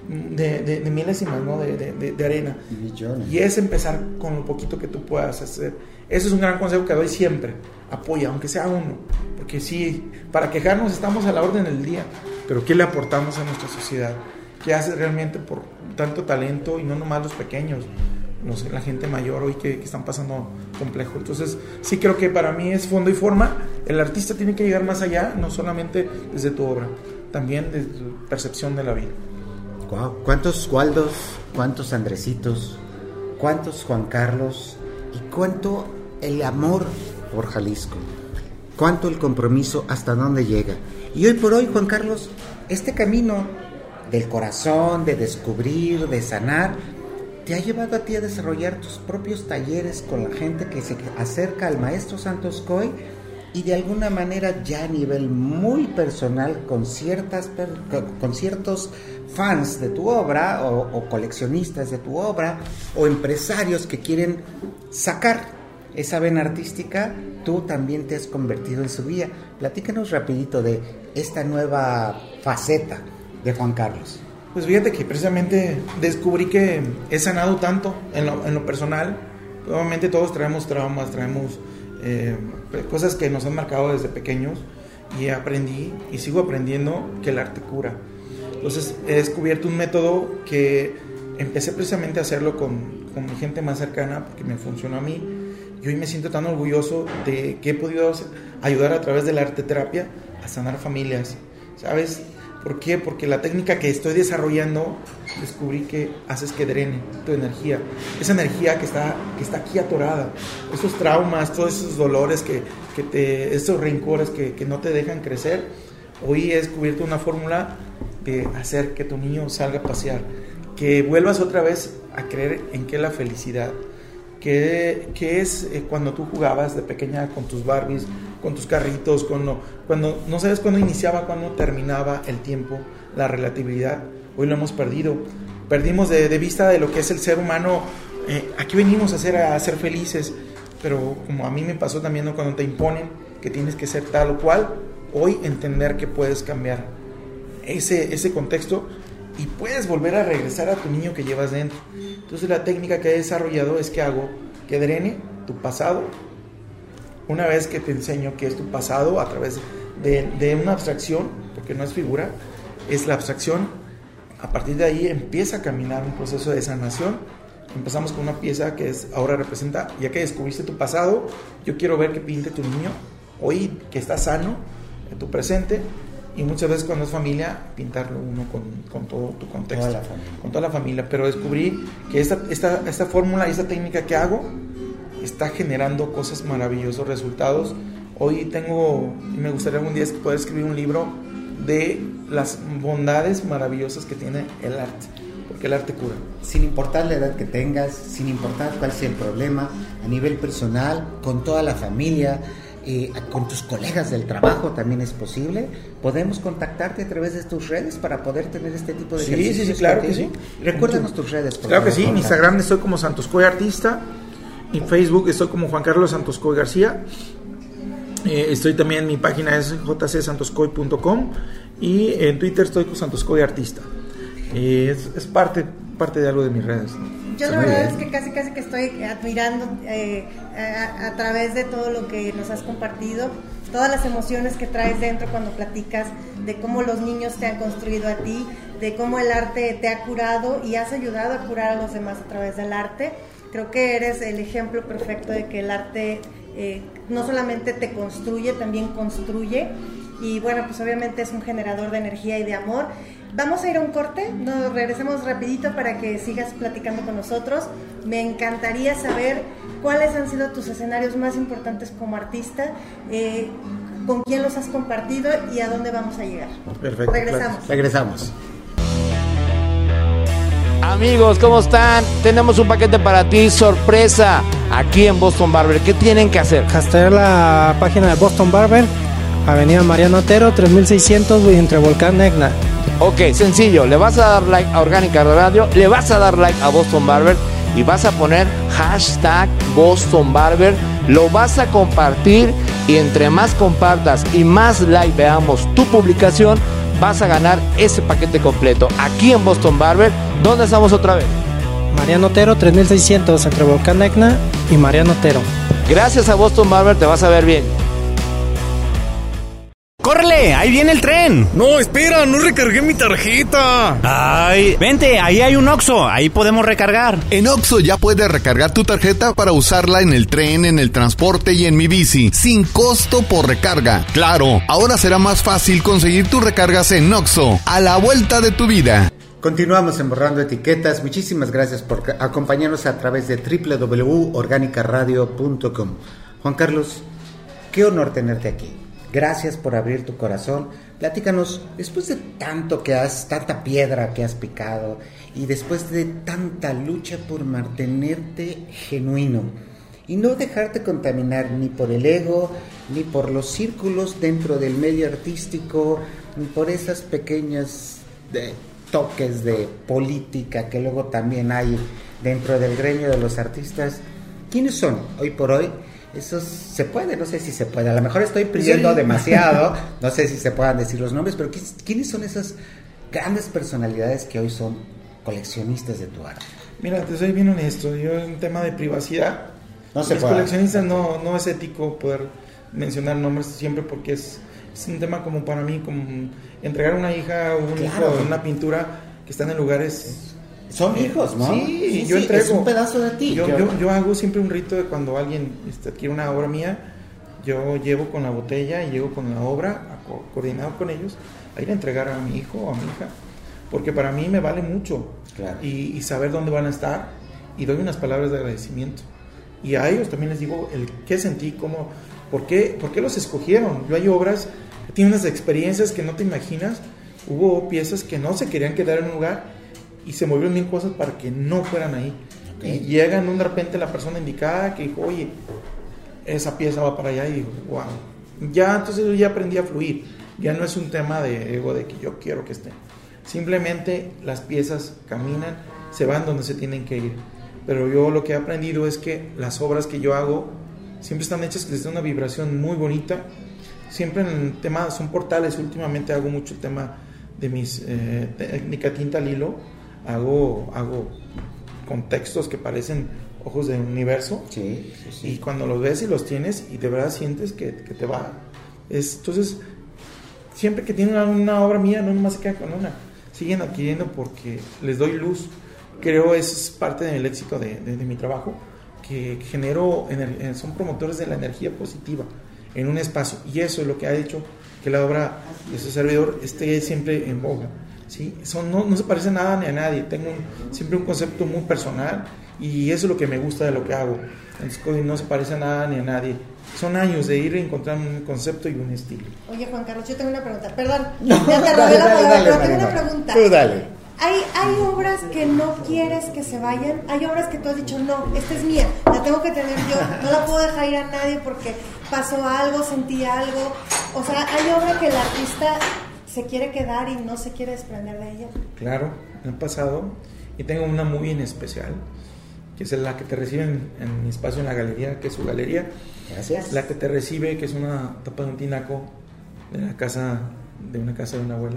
de, de, de milésimas, ¿no? de, de, de arena. Millones. Y es empezar con lo poquito que tú puedas hacer. Eso es un gran consejo que doy siempre. Apoya, aunque sea uno. Porque sí, para quejarnos estamos a la orden del día. Pero ¿qué le aportamos a nuestra sociedad? ¿Qué hace realmente por tanto talento? Y no nomás los pequeños, no sé, la gente mayor hoy que, que están pasando complejo. Entonces sí creo que para mí es fondo y forma. El artista tiene que llegar más allá, no solamente desde tu obra, también desde tu percepción de la vida. Wow. ¿Cuántos Waldos, cuántos Andresitos, cuántos Juan Carlos y cuánto el amor por Jalisco? ¿Cuánto el compromiso, hasta dónde llega? Y hoy por hoy, Juan Carlos, este camino del corazón, de descubrir, de sanar, te ha llevado a ti a desarrollar tus propios talleres con la gente que se acerca al maestro Santos Coy, y de alguna manera ya a nivel muy personal con ciertas con ciertos fans de tu obra o, o coleccionistas de tu obra o empresarios que quieren sacar esa vena artística, tú también te has convertido en su guía. Platícanos rapidito de esta nueva faceta de Juan Carlos. Pues fíjate que precisamente descubrí que he sanado tanto en lo, en lo personal. Obviamente todos traemos traumas, traemos eh, cosas que nos han marcado desde pequeños, y aprendí y sigo aprendiendo que el arte cura. Entonces he descubierto un método que empecé precisamente a hacerlo con, con mi gente más cercana, porque me funcionó a mí, y hoy me siento tan orgulloso de que he podido ayudar a través de la arte terapia a sanar familias, ¿sabes? ¿Por qué? Porque la técnica que estoy desarrollando, descubrí que haces que drene tu energía, esa energía que está, que está aquí atorada, esos traumas, todos esos dolores, que, que te, esos rencores que, que no te dejan crecer. Hoy he descubierto una fórmula de hacer que tu niño salga a pasear, que vuelvas otra vez a creer en que la felicidad, que, que es eh, cuando tú jugabas de pequeña con tus Barbies, con tus carritos, cuando, cuando no sabes cuándo iniciaba, cuándo terminaba el tiempo, la relatividad. Hoy lo hemos perdido, perdimos de, de vista de lo que es el ser humano. Eh, aquí venimos a ser, a ser felices, pero como a mí me pasó también, ¿no? Cuando te imponen que tienes que ser tal o cual, hoy entender que puedes cambiar ese, ese contexto y puedes volver a regresar a tu niño que llevas dentro. Entonces la técnica que he desarrollado es que hago que drene tu pasado. Una vez que te enseño qué es tu pasado a través de, de una abstracción, porque no es figura, es la abstracción, a partir de ahí empieza a caminar un proceso de sanación. Empezamos con una pieza que es, ahora representa, ya que descubriste tu pasado, yo quiero ver que pinte tu niño, hoy que está sano, en tu presente, y muchas veces cuando es familia, pintarlo uno con, con todo tu contexto, toda la familia. con toda la familia, pero descubrí que esta, esta, esta fórmula y esta técnica que hago está generando cosas maravillosas, resultados. Hoy tengo, y me gustaría algún día poder escribir un libro de las bondades maravillosas que tiene el arte, porque el arte cura. Sin importar la edad que tengas, sin importar cuál sea el problema, a nivel personal, con toda la familia, eh, con tus colegas del trabajo también es posible. Podemos contactarte a través de tus redes para poder tener este tipo de sí, ejercicios. Sí, sí, claro que sí. Recuérdanos tus redes. Por claro favor, que sí, en Instagram estoy como Santos Coy Artista, en Facebook estoy como Juan Carlos Santos Coy García, eh, estoy también, mi página es j c santoscoy punto com, y en Twitter estoy con Santos Coy Artista. Eh, es, es parte, parte de algo de mis redes, ¿no? Yo la verdad es que casi casi que estoy admirando eh, a, a través de todo lo que nos has compartido, todas las emociones que traes dentro cuando platicas de cómo los niños te han construido a ti, de cómo el arte te ha curado y has ayudado a curar a los demás a través del arte. Creo que eres el ejemplo perfecto de que el arte eh, no solamente te construye, también construye. Y bueno, pues obviamente es un generador de energía y de amor. Vamos a ir a un corte, nos regresamos rapidito para que sigas platicando con nosotros. Me encantaría saber cuáles han sido tus escenarios más importantes como artista, eh, con quién los has compartido y a dónde vamos a llegar. Perfecto. Regresamos. Regresamos. Amigos, ¿cómo están? Tenemos un paquete para ti, sorpresa, aquí en Boston Barber. ¿Qué tienen que hacer? Hastear la página de Boston Barber, Avenida Mariano Otero, tres mil seiscientos, entre Volcán Negna. Ok, sencillo, le vas a dar like a Orgánica Radio, le vas a dar like a Boston Barber y vas a poner hashtag Boston Barber, lo vas a compartir y entre más compartas y más like veamos tu publicación, vas a ganar ese paquete completo aquí en Boston Barber. ¿Dónde estamos otra vez? Mariano Otero, tres mil seiscientos entre Volcán Etna y Mariano Otero. Gracias a Boston Barber te vas a ver bien. ¡Córrele! ¡Ahí viene el tren! No, espera, no recargué mi tarjeta. ¡Ay! Vente, ahí hay un Oxxo, ahí podemos recargar. En Oxxo ya puedes recargar tu tarjeta para usarla en el tren, en el transporte y en Mi Bici, sin costo por recarga. Claro, ahora será más fácil conseguir tus recargas en Oxxo, a la vuelta de tu vida. Continuamos en Borrando Etiquetas. Muchísimas gracias por acompañarnos a través de doble u doble u doble u punto orgánica radio punto com. Juan Carlos, qué honor tenerte aquí. Gracias por abrir tu corazón. Platícanos, después de tanto que has, tanta piedra que has picado y después de tanta lucha por mantenerte genuino y no dejarte contaminar ni por el ego, ni por los círculos dentro del medio artístico, ni por esas pequeñas de, toques de política que luego también hay dentro del gremio de los artistas. ¿Quiénes son hoy por hoy? Eso se puede, no sé si se puede, a lo mejor estoy pidiendo sí. demasiado, no sé si se puedan decir los nombres, pero ¿quiénes son esas grandes personalidades que hoy son coleccionistas de tu arte? Mira, te soy bien honesto, yo en tema de privacidad, no se los puede. coleccionistas no, no es ético poder mencionar nombres siempre porque es, es un tema como para mí, como entregar una hija o un claro. hijo, una pintura que están en lugares... Son hijos, ¿no? Sí, sí yo sí, entrego. Es un pedazo de ti. Yo, yo, yo hago siempre un rito de cuando alguien este, adquiere una obra mía, yo llevo con la botella y llego con la obra, co- coordinado con ellos, a ir a entregar a mi hijo o a mi hija, porque para mí me vale mucho. Claro. y, y saber dónde van a estar, y doy unas palabras de agradecimiento. Y a ellos también les digo el qué sentí, cómo, por qué, por qué los escogieron. Yo hay obras que tienen unas experiencias que no te imaginas. Hubo piezas que no se querían quedar en un lugar y se movieron mil cosas para que no fueran ahí. Okay. Y llegan de repente la persona indicada que dijo, oye, esa pieza va para allá, y dijo, wow. Ya, entonces yo ya aprendí a fluir. Ya no es un tema de ego, de que yo quiero que esté. Simplemente las piezas caminan, se van donde se tienen que ir. Pero yo lo que he aprendido es que las obras que yo hago siempre están hechas desde una vibración muy bonita. Siempre en el tema, son portales. Últimamente hago mucho el tema de mis eh, técnica tinta al hilo. Hago, hago contextos que parecen ojos de universo. Sí, sí, sí. Y cuando los ves y los tienes y de verdad sientes que, que te va. Es, entonces, siempre que tienen una, una obra mía, no nomás se quedan con una. Siguen adquiriendo porque les doy luz. Creo es parte del éxito de, de, de mi trabajo, que genero, ener, son promotores de la energía positiva en un espacio. Y eso es lo que ha hecho que la obra de ese servidor esté siempre en boga. ¿Sí? Son, no, no se parece nada ni a nadie. Tengo un, siempre un concepto muy personal y eso es lo que me gusta de lo que hago. Entonces, no se parece a nada ni a nadie. Son años de ir encontrando un concepto y un estilo. Oye, Juan Carlos, yo tengo una pregunta. Perdón, no, ya te robé la palabra, pero tengo una pregunta. Tú dale. Hay, hay obras que no quieres que se vayan. Hay obras que tú has dicho, no, esta es mía, la tengo que tener yo. No la puedo dejar ir a nadie porque pasó algo, sentí algo. O sea, hay obra que el artista se quiere quedar y no se quiere desprender de ella. Claro, me ha pasado. Y tengo una muy en especial, que es la que te recibe en, en mi espacio en la galería, que es su galería. Gracias. La que te recibe, que es una tapa de un tinaco de la casa, de una casa de una abuela.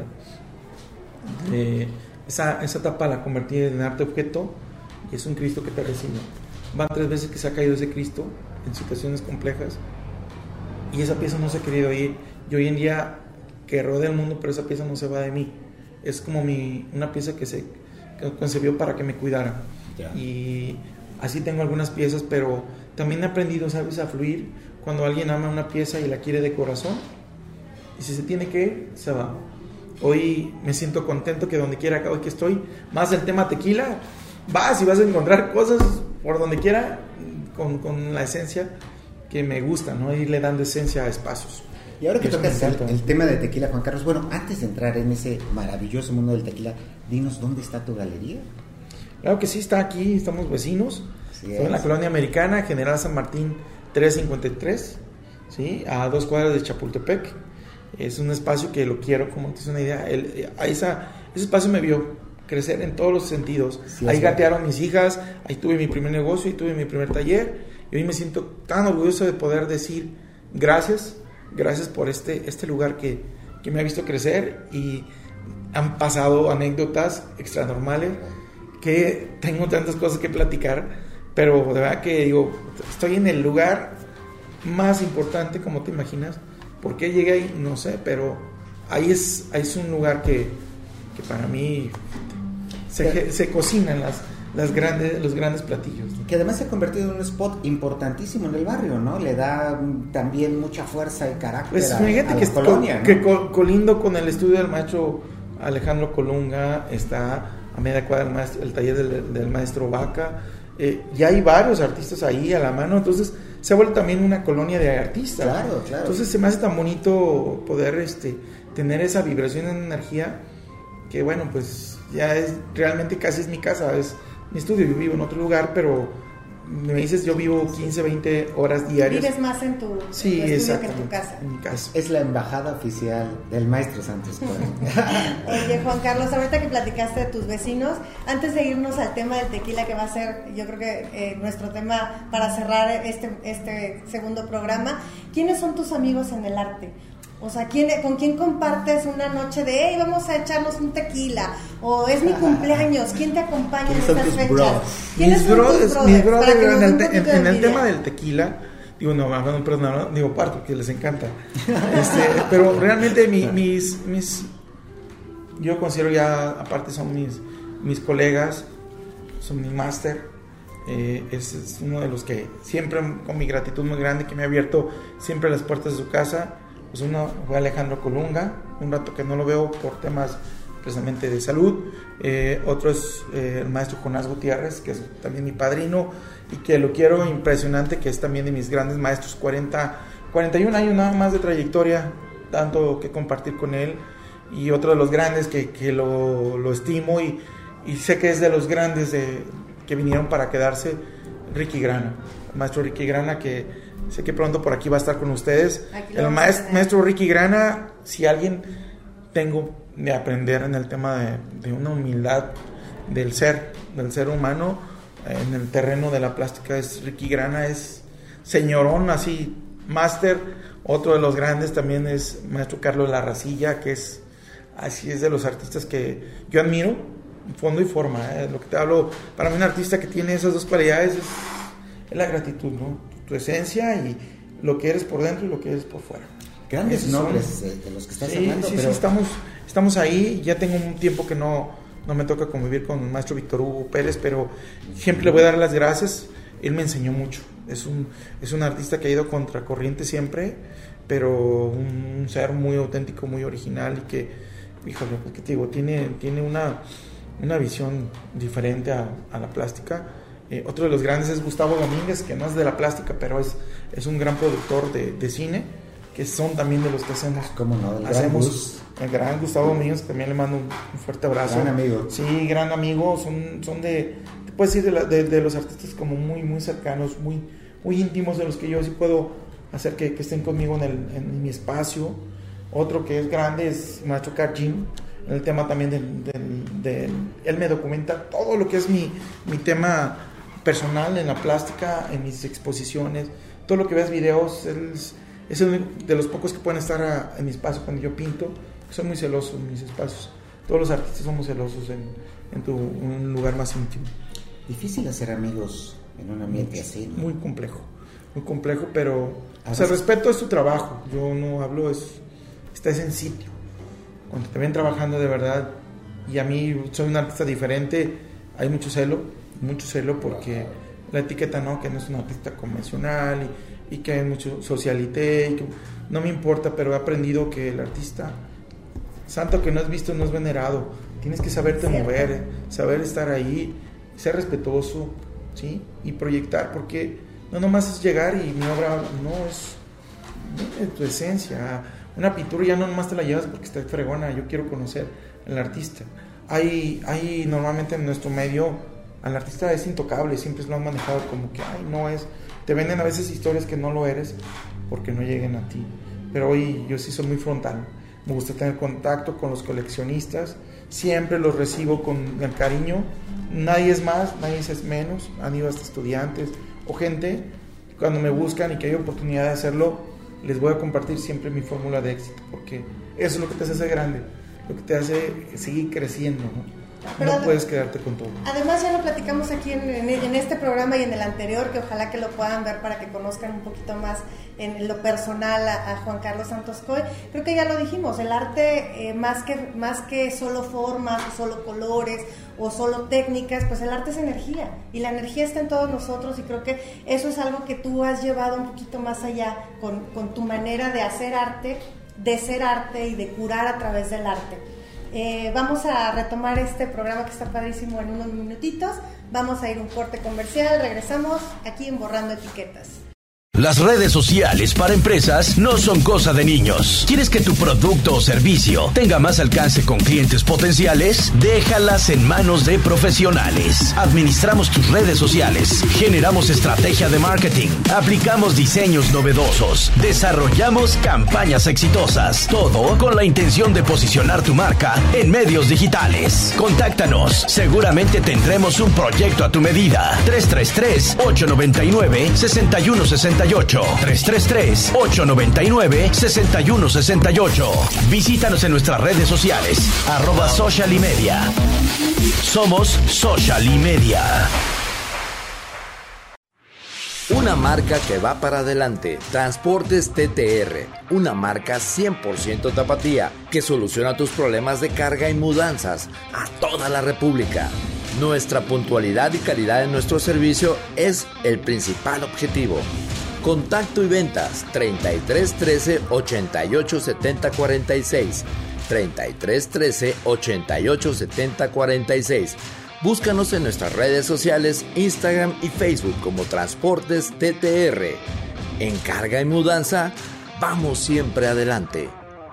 Eh, esa, esa tapa la convertí en arte objeto y es un Cristo que te recibe. Van tres veces que se ha caído ese Cristo en situaciones complejas y esa pieza no se ha querido ir. Y hoy en día que rodea el mundo, pero esa pieza no se va de mí. Es como mi, una pieza que se que concebió para que me cuidara. Yeah. Y así tengo algunas piezas, pero también he aprendido, ¿sabes?, a fluir. Cuando alguien ama una pieza y la quiere de corazón, y si se tiene que ir, se va. Hoy me siento contento que donde quiera hoy que estoy, más el tema tequila, vas y vas a encontrar cosas por donde quiera con, con la esencia que me gusta, ¿no? Irle dando esencia a espacios. Y ahora que tocas el, el tema de tequila, Juan Carlos, bueno, antes de entrar en ese maravilloso mundo del tequila, dinos dónde está tu galería. Claro que sí, está aquí, estamos vecinos. Sí, Estoy en la colonia americana, General San Martín trescientos cincuenta y tres, ¿sí? A dos cuadras de Chapultepec. Es un espacio que lo quiero, como te es una idea. El, a esa, ese espacio me vio crecer en todos los sentidos. Sí, ahí sí. gatearon mis hijas, ahí tuve mi primer negocio, ahí tuve mi primer taller, y hoy me siento tan orgulloso de poder decir gracias, gracias por este, este lugar que, que me ha visto crecer, y han pasado anécdotas extranormales, que tengo tantas cosas que platicar, pero de verdad que digo, estoy en el lugar más importante, como te imaginas. ¿Por qué llegué ahí? No sé, pero ahí es, ahí es un lugar que, que para mí se, se cocinan las, las grandes, los grandes platillos, ¿no? Que además se ha convertido en un spot importantísimo en el barrio, ¿no? Le da también mucha fuerza y carácter Pues a, fíjate a que, la colonia, ¿no? que col, colindo con el estudio del maestro Alejandro Colunga, está a media cuadra el, maestro, el taller del, del maestro Vaca, eh, ya hay varios artistas ahí a la mano, entonces se ha vuelto también una colonia de artistas. Claro, claro. Entonces se me hace tan bonito poder este, tener esa vibración en energía, que bueno, pues ya es realmente casi es mi casa, es mi estudio. Yo vivo en otro lugar, pero me dices, yo vivo quince, veinte horas diarias. Vives más en tu, sí, en tu estudio que en tu casa. En mi casa. Es la embajada oficial del maestro Santos Coy. Oye, Juan Carlos, ahorita que platicaste de tus vecinos, antes de irnos al tema del tequila, que va a ser, yo creo que eh, nuestro tema para cerrar este, este segundo programa, ¿quiénes son tus amigos en el arte? O sea, ¿quién, ¿con quién compartes una noche de, hey, vamos a echarnos un tequila? O es mi cumpleaños, ¿quién te acompaña en estas fechas? Bros? ¿Quiénes Mis son tus brothers, brothers? mis brothers Para que nos en, den el, un te, en, poquito de en el envidia. tema del tequila, digo, no, no, perdón, no, digo parto, porque les encanta. Este, pero realmente mi, mis, mis, yo considero ya, aparte son mis, mis colegas, son mi máster. Eh, es, es uno de los que siempre, con mi gratitud muy grande, que me ha abierto siempre las puertas de su casa. Pues uno fue Alejandro Colunga, un rato que no lo veo por temas precisamente de salud. Eh, otro es eh, el maestro Jonás Gutiérrez, que es también mi padrino y que lo quiero impresionante, que es también de mis grandes maestros, cuarenta, cuarenta y un años nada más de trayectoria, tanto que compartir con él. Y otro de los grandes que, que lo, lo estimo y, y sé que es de los grandes de, que vinieron para quedarse, Ricky Grana, el maestro Ricky Grana, que sé que pronto por aquí va a estar con ustedes. El maestro, maestro Ricky Grana, si alguien tengo de aprender en el tema de, de una humildad del ser, del ser humano, en el terreno de la plástica, es Ricky Grana, es señorón, así, máster. Otro de los grandes también es maestro Carlos Larracilla, que es, así es de los artistas que yo admiro, fondo y forma, ¿eh? Lo que te hablo, para mí un artista que tiene esas dos cualidades es, es la gratitud, ¿no? Tu esencia y lo que eres por dentro y lo que eres por fuera. Grandes nombres de, de los que estás sí, hablando. Sí, pero... sí, estamos, estamos ahí. Ya tengo un tiempo que no, no me toca convivir con el maestro Víctor Hugo Pérez, pero siempre le voy a dar las gracias. Él me enseñó mucho. Es un, es un artista que ha ido contracorriente siempre, pero un, un ser muy auténtico, muy original y que, híjole, pues que te digo, tiene, tiene una, una visión diferente a, a la plástica. Eh, otro de los grandes es Gustavo Domínguez, que no es de la plástica, pero es, es un gran productor de, de cine, que son también de los que hacemos. ¿Cómo no? El hacemos gran el gran Gustavo Domínguez, también le mando un, un fuerte abrazo. Gran amigo. Sí, gran amigo. Son, son de, te puedes decir, de, la, de, de los artistas como muy, muy cercanos, muy, muy íntimos, de los que yo sí puedo hacer que, que estén conmigo en, el, en mi espacio. Otro que es grande es Maestro Carjin, en el tema también del, del, del, él me documenta todo lo que es mi, mi tema personal en la plástica, en mis exposiciones, todo lo que veas videos, es, es uno de los pocos que pueden estar a, en mi espacio cuando yo pinto. Soy muy celoso en mis espacios. Todos los artistas somos celosos en, en tu, un lugar más íntimo. Difícil hacer amigos en un ambiente así, ¿no? Muy complejo, muy complejo, pero o sea, el respeto es tu trabajo. Yo no hablo, es, estás en sitio. Cuando te ven trabajando de verdad, y a mí soy un artista diferente, hay mucho celo. Mucho celo porque la etiqueta no, que no es un artista convencional y, y que hay mucho socialité y que no me importa, pero he aprendido que el artista santo que no has visto no es venerado. Tienes que saberte ¿Cierto? mover, saber estar ahí, ser respetuoso, ¿sí? Y proyectar, porque no nomás es llegar y mi obra no es, es tu esencia. Una pintura ya no nomás te la llevas porque está fregona. Yo quiero conocer al artista. Hay, hay normalmente en nuestro medio al artista es intocable, siempre lo han manejado como que, ay, no es, te venden a veces historias que no lo eres porque no lleguen a ti, pero hoy yo sí soy muy frontal, me gusta tener contacto con los coleccionistas, siempre los recibo con el cariño, nadie es más, nadie es menos, han ido hasta estudiantes o gente, cuando me buscan y que hay oportunidad de hacerlo, les voy a compartir siempre mi fórmula de éxito, porque eso es lo que te hace ser grande, lo que te hace seguir creciendo, ¿no? Pero no puedes quedarte con todo. Además ya lo platicamos aquí en, en, en este programa y en el anterior, que ojalá que lo puedan ver para que conozcan un poquito más en lo personal a, a Juan Carlos Santos Coy. Creo que ya lo dijimos, el arte eh, más que más que solo formas, o solo colores o solo técnicas, pues el arte es energía y la energía está en todos nosotros, y creo que eso es algo que tú has llevado un poquito más allá con, con tu manera de hacer arte, de ser arte y de curar a través del arte. Eh, vamos a retomar este programa que está padrísimo en unos minutitos. Vamos a ir a un corte comercial. Regresamos aquí en Borrando Etiquetas. Las redes sociales para empresas no son cosa de niños. ¿Quieres que tu producto o servicio tenga más alcance con clientes potenciales? Déjalas en manos de profesionales. Administramos tus redes sociales, generamos estrategia de marketing, aplicamos diseños novedosos, desarrollamos campañas exitosas. Todo con la intención de posicionar tu marca en medios digitales. Contáctanos, seguramente tendremos un proyecto a tu medida. tres tres tres, ocho nueve nueve, seis uno seis ocho tres tres tres, ocho nueve nueve, seis uno seis ocho. Visítanos en nuestras redes sociales, arroba social y media. Somos Social y Media. Una marca que va para adelante. Transportes T T R. Una marca cien por ciento tapatía que soluciona tus problemas de carga y mudanzas a toda la República. Nuestra puntualidad y calidad en nuestro servicio es el principal objetivo. Contacto y ventas treinta y tres trece, ochenta y ocho setenta cuarenta y seis, treinta y tres trece, ochenta y ocho setenta cuarenta y seis. Búscanos en nuestras redes sociales, Instagram y Facebook como Transportes T T R. En carga y mudanza, vamos siempre adelante.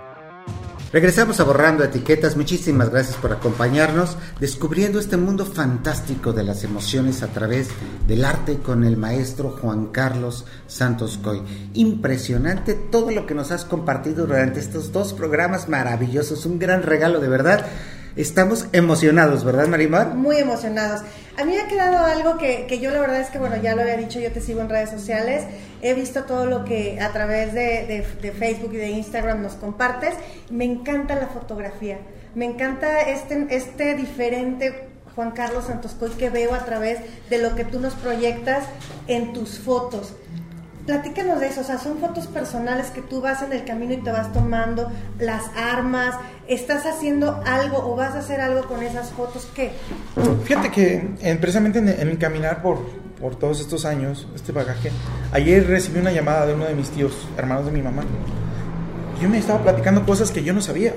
Regresamos a Borrando Etiquetas. Muchísimas gracias por acompañarnos, descubriendo este mundo fantástico de las emociones a través del arte con el maestro Juan Carlos Santos Coy. Impresionante todo lo que nos has compartido durante estos dos programas maravillosos, un gran regalo de verdad. Estamos emocionados, ¿verdad, Marimar? Muy emocionados. A mí me ha quedado algo que, que yo la verdad es que, bueno, ya lo había dicho, yo te sigo en redes sociales, he visto todo lo que a través de, de, de Facebook y de Instagram nos compartes. Me encanta la fotografía, me encanta este, este diferente Juan Carlos Santos Coy que veo a través de lo que tú nos proyectas en tus fotos. Platícanos de eso, o sea, son fotos personales que tú vas en el camino y te vas tomando las armas, estás haciendo algo o vas a hacer algo con esas fotos, ¿qué? Fíjate que eh, precisamente en, en mi caminar por, por todos estos años, este bagaje, ayer recibí una llamada de uno de mis tíos, hermanos de mi mamá. Yo me estaba platicando cosas que yo no sabía,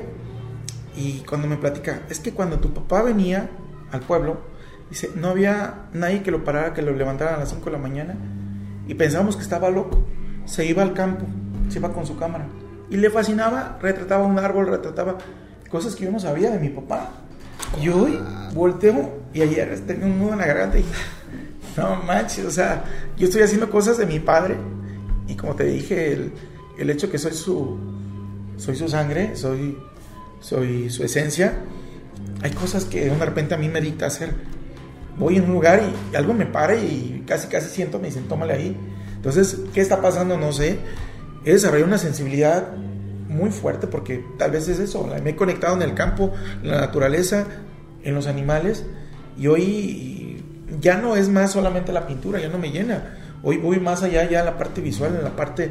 y cuando me platica, es que cuando tu papá venía al pueblo, dice, no había nadie que lo parara, que lo levantara a las cinco de la mañana, y pensábamos que estaba loco. Se iba al campo, se iba con su cámara y le fascinaba, retrataba un árbol, retrataba cosas que yo no sabía de mi papá. Y hoy volteo y ayer tenía un nudo en la garganta y no manches, o sea, yo estoy haciendo cosas de mi padre, y como te dije, el, el hecho que soy su soy su sangre, soy soy su esencia, hay cosas que de repente a mí me dicta hacer. Voy en un lugar y algo me para y casi casi siento, me dicen, tómale ahí. Entonces, ¿qué está pasando? No sé. He desarrollado una sensibilidad muy fuerte porque tal vez es eso. Me he conectado en el campo, en la naturaleza, en los animales, y hoy ya no es más solamente la pintura, ya no me llena. Hoy voy más allá ya en la parte visual, en la parte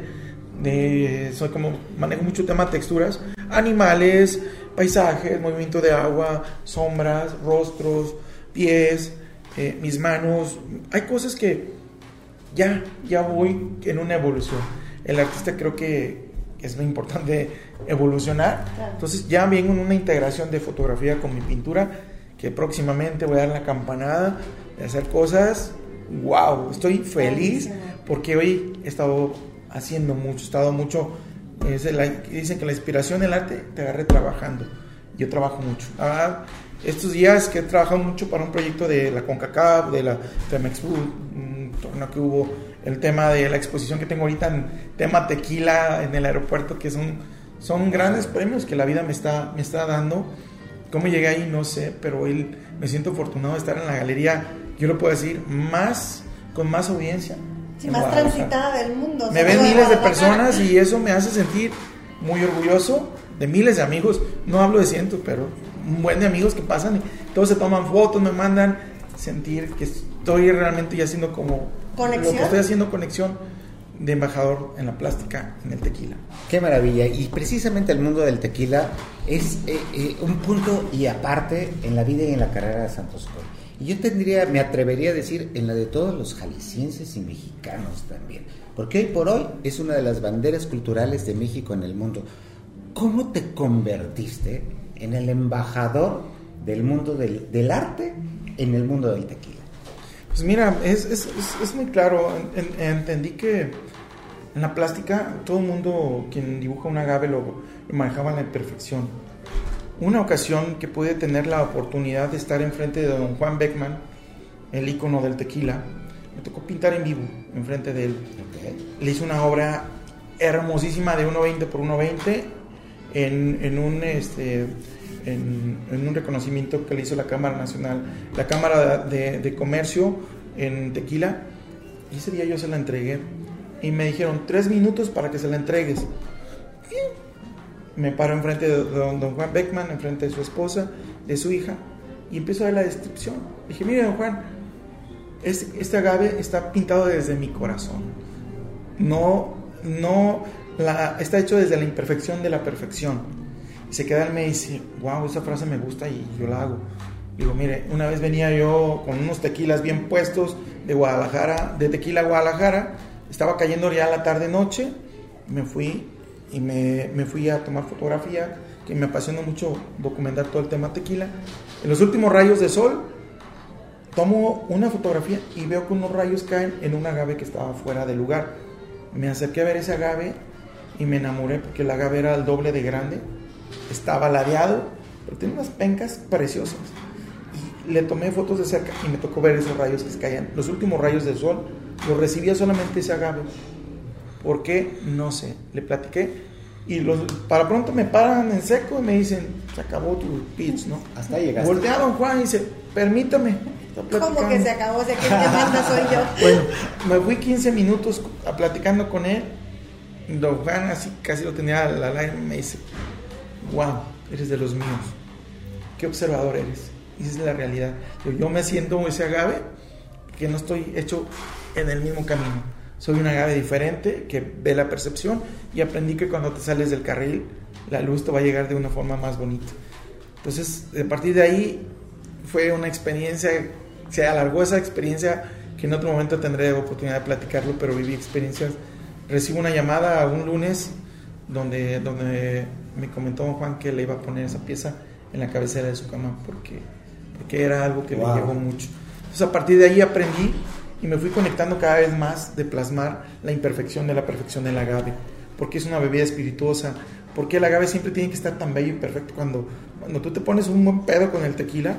de... Soy como, manejo mucho tema de texturas, animales, paisajes, movimiento de agua, sombras, rostros, pies... Eh, mis manos, hay cosas que ya, ya voy en una evolución. El artista creo que es muy importante evolucionar, claro. Entonces ya vengo en una integración de fotografía con mi pintura, que próximamente voy a dar la campanada de hacer cosas. Wow, estoy feliz porque hoy he estado haciendo mucho, he estado mucho, es la, dicen que la inspiración del arte te agarre trabajando. Yo trabajo mucho, la verdad. Estos días que he trabajado mucho para un proyecto de la CONCACAF, de la Femex Food, un torneo que hubo, el tema de la exposición que tengo ahorita en tema tequila en el aeropuerto, que son, son grandes premios que la vida me está, me está dando. ¿Cómo llegué ahí? No sé, pero hoy me siento afortunado de estar en la galería, yo lo puedo decir, más, con más audiencia. Sí, más transitada del mundo. Me ven miles de personas y eso me hace sentir muy orgulloso de miles de amigos. No hablo de cientos, pero un buen de amigos que pasan y todos se toman fotos, me mandan sentir que estoy realmente ya haciendo como ¿Conexión? Lo que estoy haciendo conexión de embajador en la plástica, en el tequila. Qué maravilla. Y precisamente el mundo del tequila es eh, eh, un punto y aparte en la vida y en la carrera de Santos Coy. Y yo tendría, me atrevería a decir, en la de todos los jaliscienses y mexicanos también, porque hoy por hoy es una de las banderas culturales de México en el mundo. ¿Cómo te convertiste en el embajador del mundo del, del arte en el mundo del tequila? Pues mira, es, es, es, es muy claro. En, en, entendí que en la plástica todo el mundo, quien dibuja un agave, lo, lo manejaba en la perfección. Una ocasión que pude tener la oportunidad de estar enfrente de don Juan Beckman, el ícono del tequila, me tocó pintar en vivo enfrente de él. Okay. Le hice una obra hermosísima de uno veinte por uno veinte en, en un este en, en un reconocimiento que le hizo la Cámara Nacional, la Cámara de, de Comercio en tequila, y ese día yo se la entregué y me dijeron tres minutos para que se la entregues. Bien. Me paro enfrente de don, don Juan Beckman, enfrente de su esposa, de su hija, y empiezo a ver la descripción. Dije, mire don Juan, este, este agave está pintado desde mi corazón. No, no, la, está hecho desde la imperfección de la perfección. Y se queda él y me dice, wow, esa frase me gusta y yo la hago. Digo, mire, una vez venía yo con unos tequilas bien puestos de Guadalajara, de Tequila Guadalajara, estaba cayendo ya la tarde-noche, me fui y me, me fui a tomar fotografía, que me apasiona mucho documentar todo el tema tequila. En los últimos rayos de sol, tomo una fotografía y veo que unos rayos caen en un agave que estaba fuera de lugar. Me acerqué a ver ese agave y me enamoré porque el agave era el doble de grande, estaba ladeado, pero tenía unas pencas preciosas. Y le tomé fotos de cerca y me tocó ver esos rayos que caían. Los últimos rayos del sol los recibía solamente ese agave. ¿Por qué? No sé. Le platiqué y los, para pronto me paran en seco y me dicen, se acabó tu pitch, ¿no? Hasta ahí llegaste. Voltea a don Juan y dice, permítame. ¿Cómo que se acabó? O sea, ¿quién te manda soy yo? Bueno, me fui quince minutos a platicando con él. Don Juan así casi lo tenía al aire y me dice, wow, eres de los míos. Qué observador eres. Y esa es la realidad. Yo, yo me siento ese agave que no estoy hecho en el mismo camino. Soy un agave diferente que ve la percepción y aprendí que cuando te sales del carril la luz te va a llegar de una forma más bonita. Entonces, a partir de ahí fue una experiencia, se alargó esa experiencia que en otro momento tendré oportunidad de platicarlo, pero viví experiencias. Recibo una llamada un lunes donde, donde me comentó Juan que le iba a poner esa pieza en la cabecera de su cama porque, porque era algo que wow. me llegó mucho. Entonces, a partir de ahí aprendí y me fui conectando cada vez más de plasmar la imperfección de la perfección del agave, porque es una bebida espirituosa, porque el agave siempre tiene que estar tan bello y perfecto. Cuando, cuando tú te pones un buen pedo con el tequila,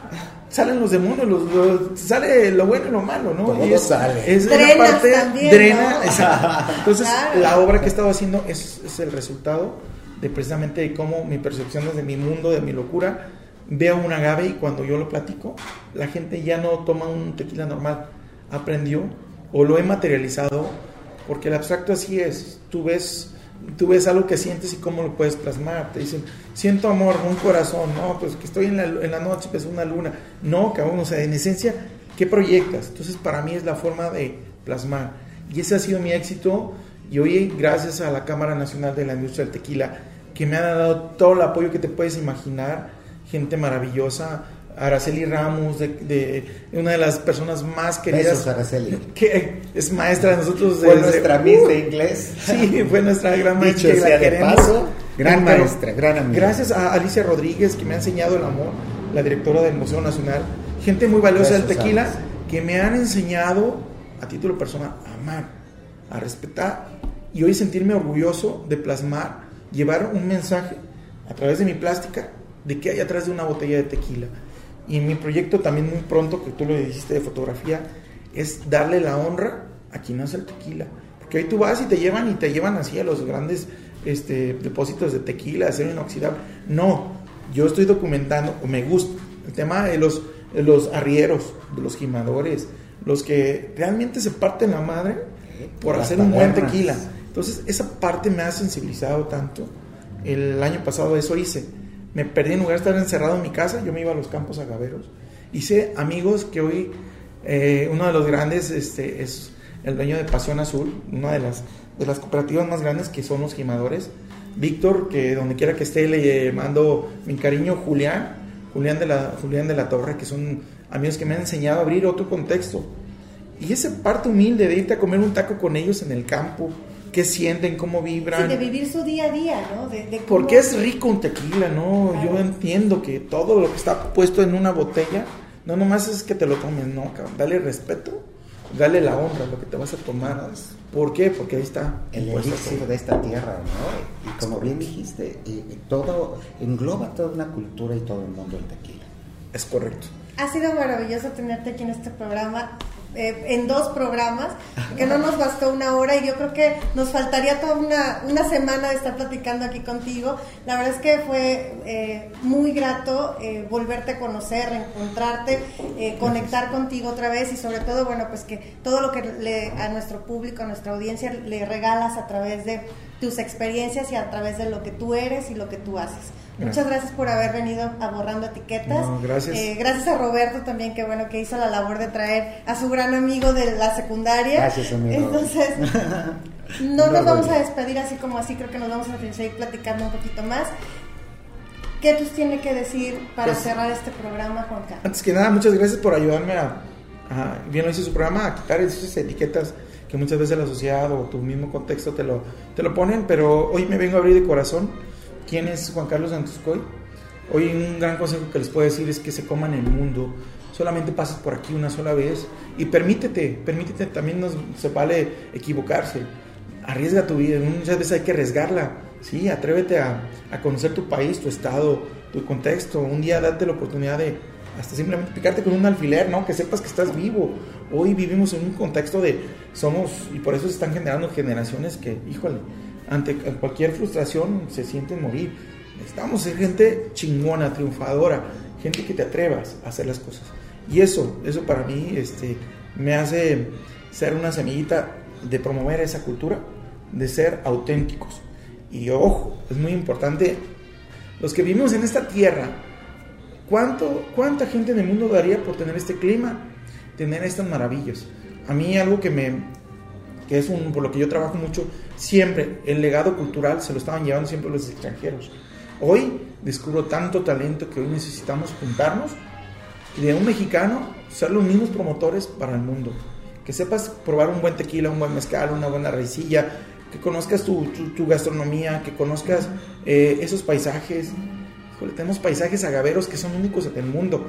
salen los demonios, los, los, sale lo bueno y lo malo, ¿no? Todo y es, sale. Es Drenas una parte, también, drena, ¿no? Exacto. Entonces, claro. La obra que he estado haciendo es, es el resultado de precisamente de cómo mi percepción desde mi mundo, de mi locura, veo un agave y cuando yo lo platico, la gente ya no toma un tequila normal, aprendió o lo he materializado, porque el abstracto así es, tú ves, tú ves algo que sientes y cómo lo puedes plasmar. Te dicen, siento amor, un corazón, no, pues que estoy en la, en la noche, pues una luna, no, cabrón, o sea, en esencia, ¿qué proyectas? Entonces para mí es la forma de plasmar, y ese ha sido mi éxito, y hoy gracias a la Cámara Nacional de la Industria del Tequila, que me han dado todo el apoyo que te puedes imaginar, gente maravillosa, Araceli Ramos, de, de, de una de las personas más queridas. Besos, Araceli. Que es maestra de nosotros. Fue desde, nuestra uh, Miss de inglés. Sí, fue nuestra gran maestra. Dicho sea de paso, gran Pero, maestra, gran amiga. Gracias a Alicia Rodríguez, que me ha enseñado el amor, la directora del Museo Nacional. Gente muy valiosa Besos, del tequila, Alex. Que me han enseñado, a título personal, a amar, a respetar, y hoy sentirme orgulloso de plasmar, llevar un mensaje a través de mi plástica, de qué hay atrás de una botella de tequila. Y mi proyecto también muy pronto, que tú lo dijiste de fotografía, es darle la honra a quien hace el tequila. Porque ahí tú vas y te llevan y te llevan así a los grandes este, depósitos de tequila, acero inoxidable. No, yo estoy documentando, o me gusta, el tema de los, de los arrieros, de los gimadores, los que realmente se parten la madre por Las hacer un buen tabernas. tequila. Entonces, esa parte me ha sensibilizado tanto. El año pasado eso hice. Me perdí en lugar de estar encerrado en mi casa, yo me iba a los campos agaveros. Hice amigos que hoy, eh, uno de los grandes este, es el dueño de Pasión Azul, una de las, de las cooperativas más grandes que son los gimadores. Víctor, que donde quiera que esté le mando mi cariño. Julián, Julián de la, Julián de la Torre, que son amigos que me han enseñado a abrir otro contexto. Y esa parte humilde de irte a comer un taco con ellos en el campo, qué sienten, cómo vibran. Sí, de vivir su día a día, ¿no? De, de cómo... Porque es rico un tequila, ¿no? Claro. Yo entiendo que todo lo que está puesto en una botella, no nomás es que te lo tomes, no, cabrón. Dale respeto, dale la honra a lo que te vas a tomar. ¿Por qué? Porque ahí está el elixir de esta tierra, ¿no? Y como bien dijiste, y, y todo engloba toda una cultura y todo el mundo del tequila. Es correcto. Ha sido maravilloso tenerte aquí en este programa. Eh, en dos programas, que no nos bastó una hora y yo creo que nos faltaría toda una, una semana de estar platicando aquí contigo. La verdad es que fue eh, muy grato eh, volverte a conocer, reencontrarte, eh, conectar contigo otra vez y sobre todo, bueno, pues que todo lo que le, a nuestro público, a nuestra audiencia le regalas a través de tus experiencias y a través de lo que tú eres y lo que tú haces. Gracias. Muchas gracias por haber venido a Borrando Etiquetas. No, gracias. Eh, gracias a Roberto también, que bueno, que hizo la labor de traer a su gran amigo de la secundaria. Gracias, amigo. Entonces, no nos vamos a despedir así como así, creo que nos vamos a seguir platicando un poquito más. ¿Qué nos tiene que decir para pues, cerrar este programa, Juanca? Antes que nada, muchas gracias por ayudarme a, a bien lo hizo su programa, a quitar esas etiquetas que muchas veces la sociedad o tu mismo contexto te lo, te lo ponen, pero hoy me vengo a abrir de corazón. ¿Quién es Juan Carlos Santos Coy? Hoy un gran consejo que les puedo decir es que se coman el mundo. Solamente pasas por aquí una sola vez y permítete, permítete, también nos, se vale equivocarse. Arriesga tu vida, muchas veces hay que arriesgarla, ¿sí? Atrévete a, a conocer tu país, tu estado, tu contexto. Un día date la oportunidad de hasta simplemente picarte con un alfiler, ¿no? Que sepas que estás vivo. Hoy vivimos en un contexto de somos, y por eso se están generando generaciones que, híjole, ante cualquier frustración se sienten morir. Necesitamos ser gente chingona, triunfadora, gente que te atrevas a hacer las cosas. Y eso, eso para mí este, me hace ser una semillita de promover esa cultura, de ser auténticos. Y ojo, es muy importante, los que vivimos en esta tierra, ¿cuánto, ¿cuánta gente en el mundo daría por tener este clima, tener estas maravillas? A mí algo que me... que es un, por lo que yo trabajo mucho, siempre el legado cultural se lo estaban llevando siempre los extranjeros. Hoy descubro tanto talento que hoy necesitamos juntarnos y de un mexicano ser los mismos promotores para el mundo. Que sepas probar un buen tequila, un buen mezcal, una buena raicilla, que conozcas tu, tu, tu gastronomía, que conozcas eh, esos paisajes. Híjole, tenemos paisajes agaveros que son únicos en el mundo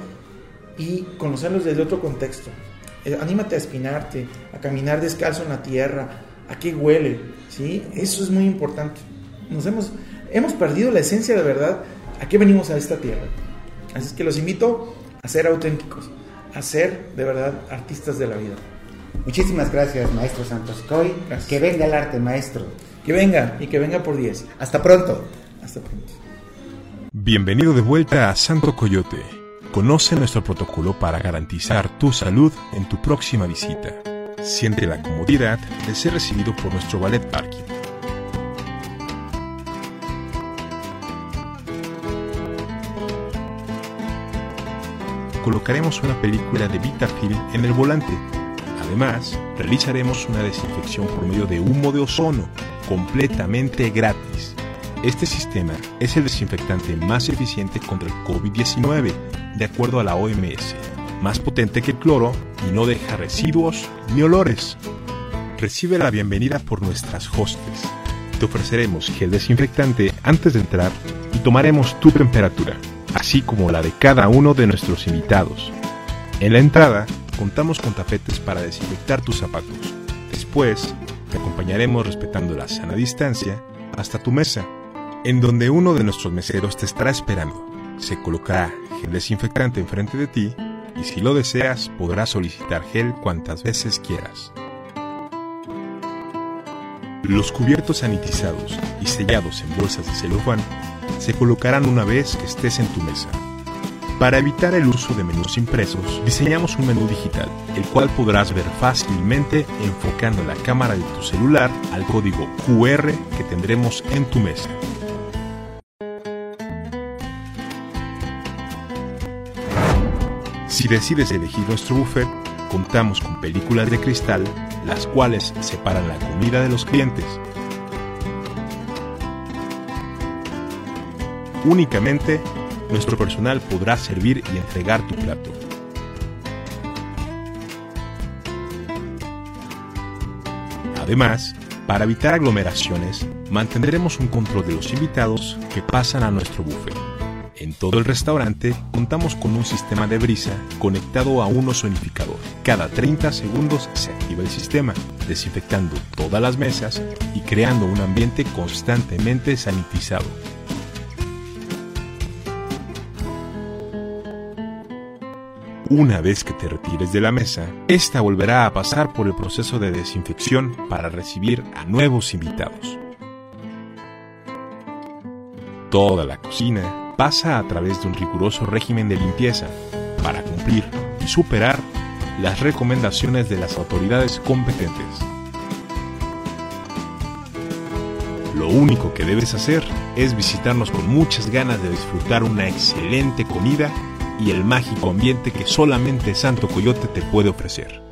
y conocerlos desde otro contexto. Eh, anímate a espinarte, a caminar descalzo en la tierra, a qué huele, ¿sí? Eso es muy importante. Nos hemos, hemos perdido la esencia de verdad, a qué venimos a esta tierra. Así es que los invito a ser auténticos, a ser de verdad artistas de la vida. Muchísimas gracias, maestro Santos Coy. Gracias. Que venga el arte, maestro. Que venga, y que venga por diez. Hasta pronto. Hasta pronto. Bienvenido de vuelta a Santo Coyote. Conoce nuestro protocolo para garantizar tu salud en tu próxima visita. Siente la comodidad de ser recibido por nuestro ballet parking. Colocaremos una película de Vitafilm en el volante. Además, realizaremos una desinfección por medio de humo de ozono, completamente gratis. Este sistema es el desinfectante más eficiente contra el COVID diecinueve, de acuerdo a la O M S, más potente que el cloro y no deja residuos ni olores. Recibe la bienvenida por nuestras hostes. Te ofreceremos gel desinfectante antes de entrar y tomaremos tu temperatura, así como la de cada uno de nuestros invitados. En la entrada, contamos con tapetes para desinfectar tus zapatos. Después, te acompañaremos respetando la sana distancia hasta tu mesa, en donde uno de nuestros meseros te estará esperando. Se colocará gel desinfectante enfrente de ti y si lo deseas podrás solicitar gel cuantas veces quieras. Los cubiertos sanitizados y sellados en bolsas de celofán se colocarán una vez que estés en tu mesa. Para evitar el uso de menús impresos, diseñamos un menú digital, el cual podrás ver fácilmente enfocando la cámara de tu celular al código Q R que tendremos en tu mesa. Si decides elegir nuestro buffet, contamos con películas de cristal, las cuales separan la comida de los clientes. Únicamente, nuestro personal podrá servir y entregar tu plato. Además, para evitar aglomeraciones, mantendremos un control de los invitados que pasan a nuestro buffet. En todo el restaurante contamos con un sistema de brisa conectado a un ozonificador. Cada treinta segundos se activa el sistema, desinfectando todas las mesas y creando un ambiente constantemente sanitizado. Una vez que te retires de la mesa, esta volverá a pasar por el proceso de desinfección para recibir a nuevos invitados. Toda la cocina pasa a través de un riguroso régimen de limpieza para cumplir y superar las recomendaciones de las autoridades competentes. Lo único que debes hacer es visitarnos con muchas ganas de disfrutar una excelente comida y el mágico ambiente que solamente Santo Coyote te puede ofrecer.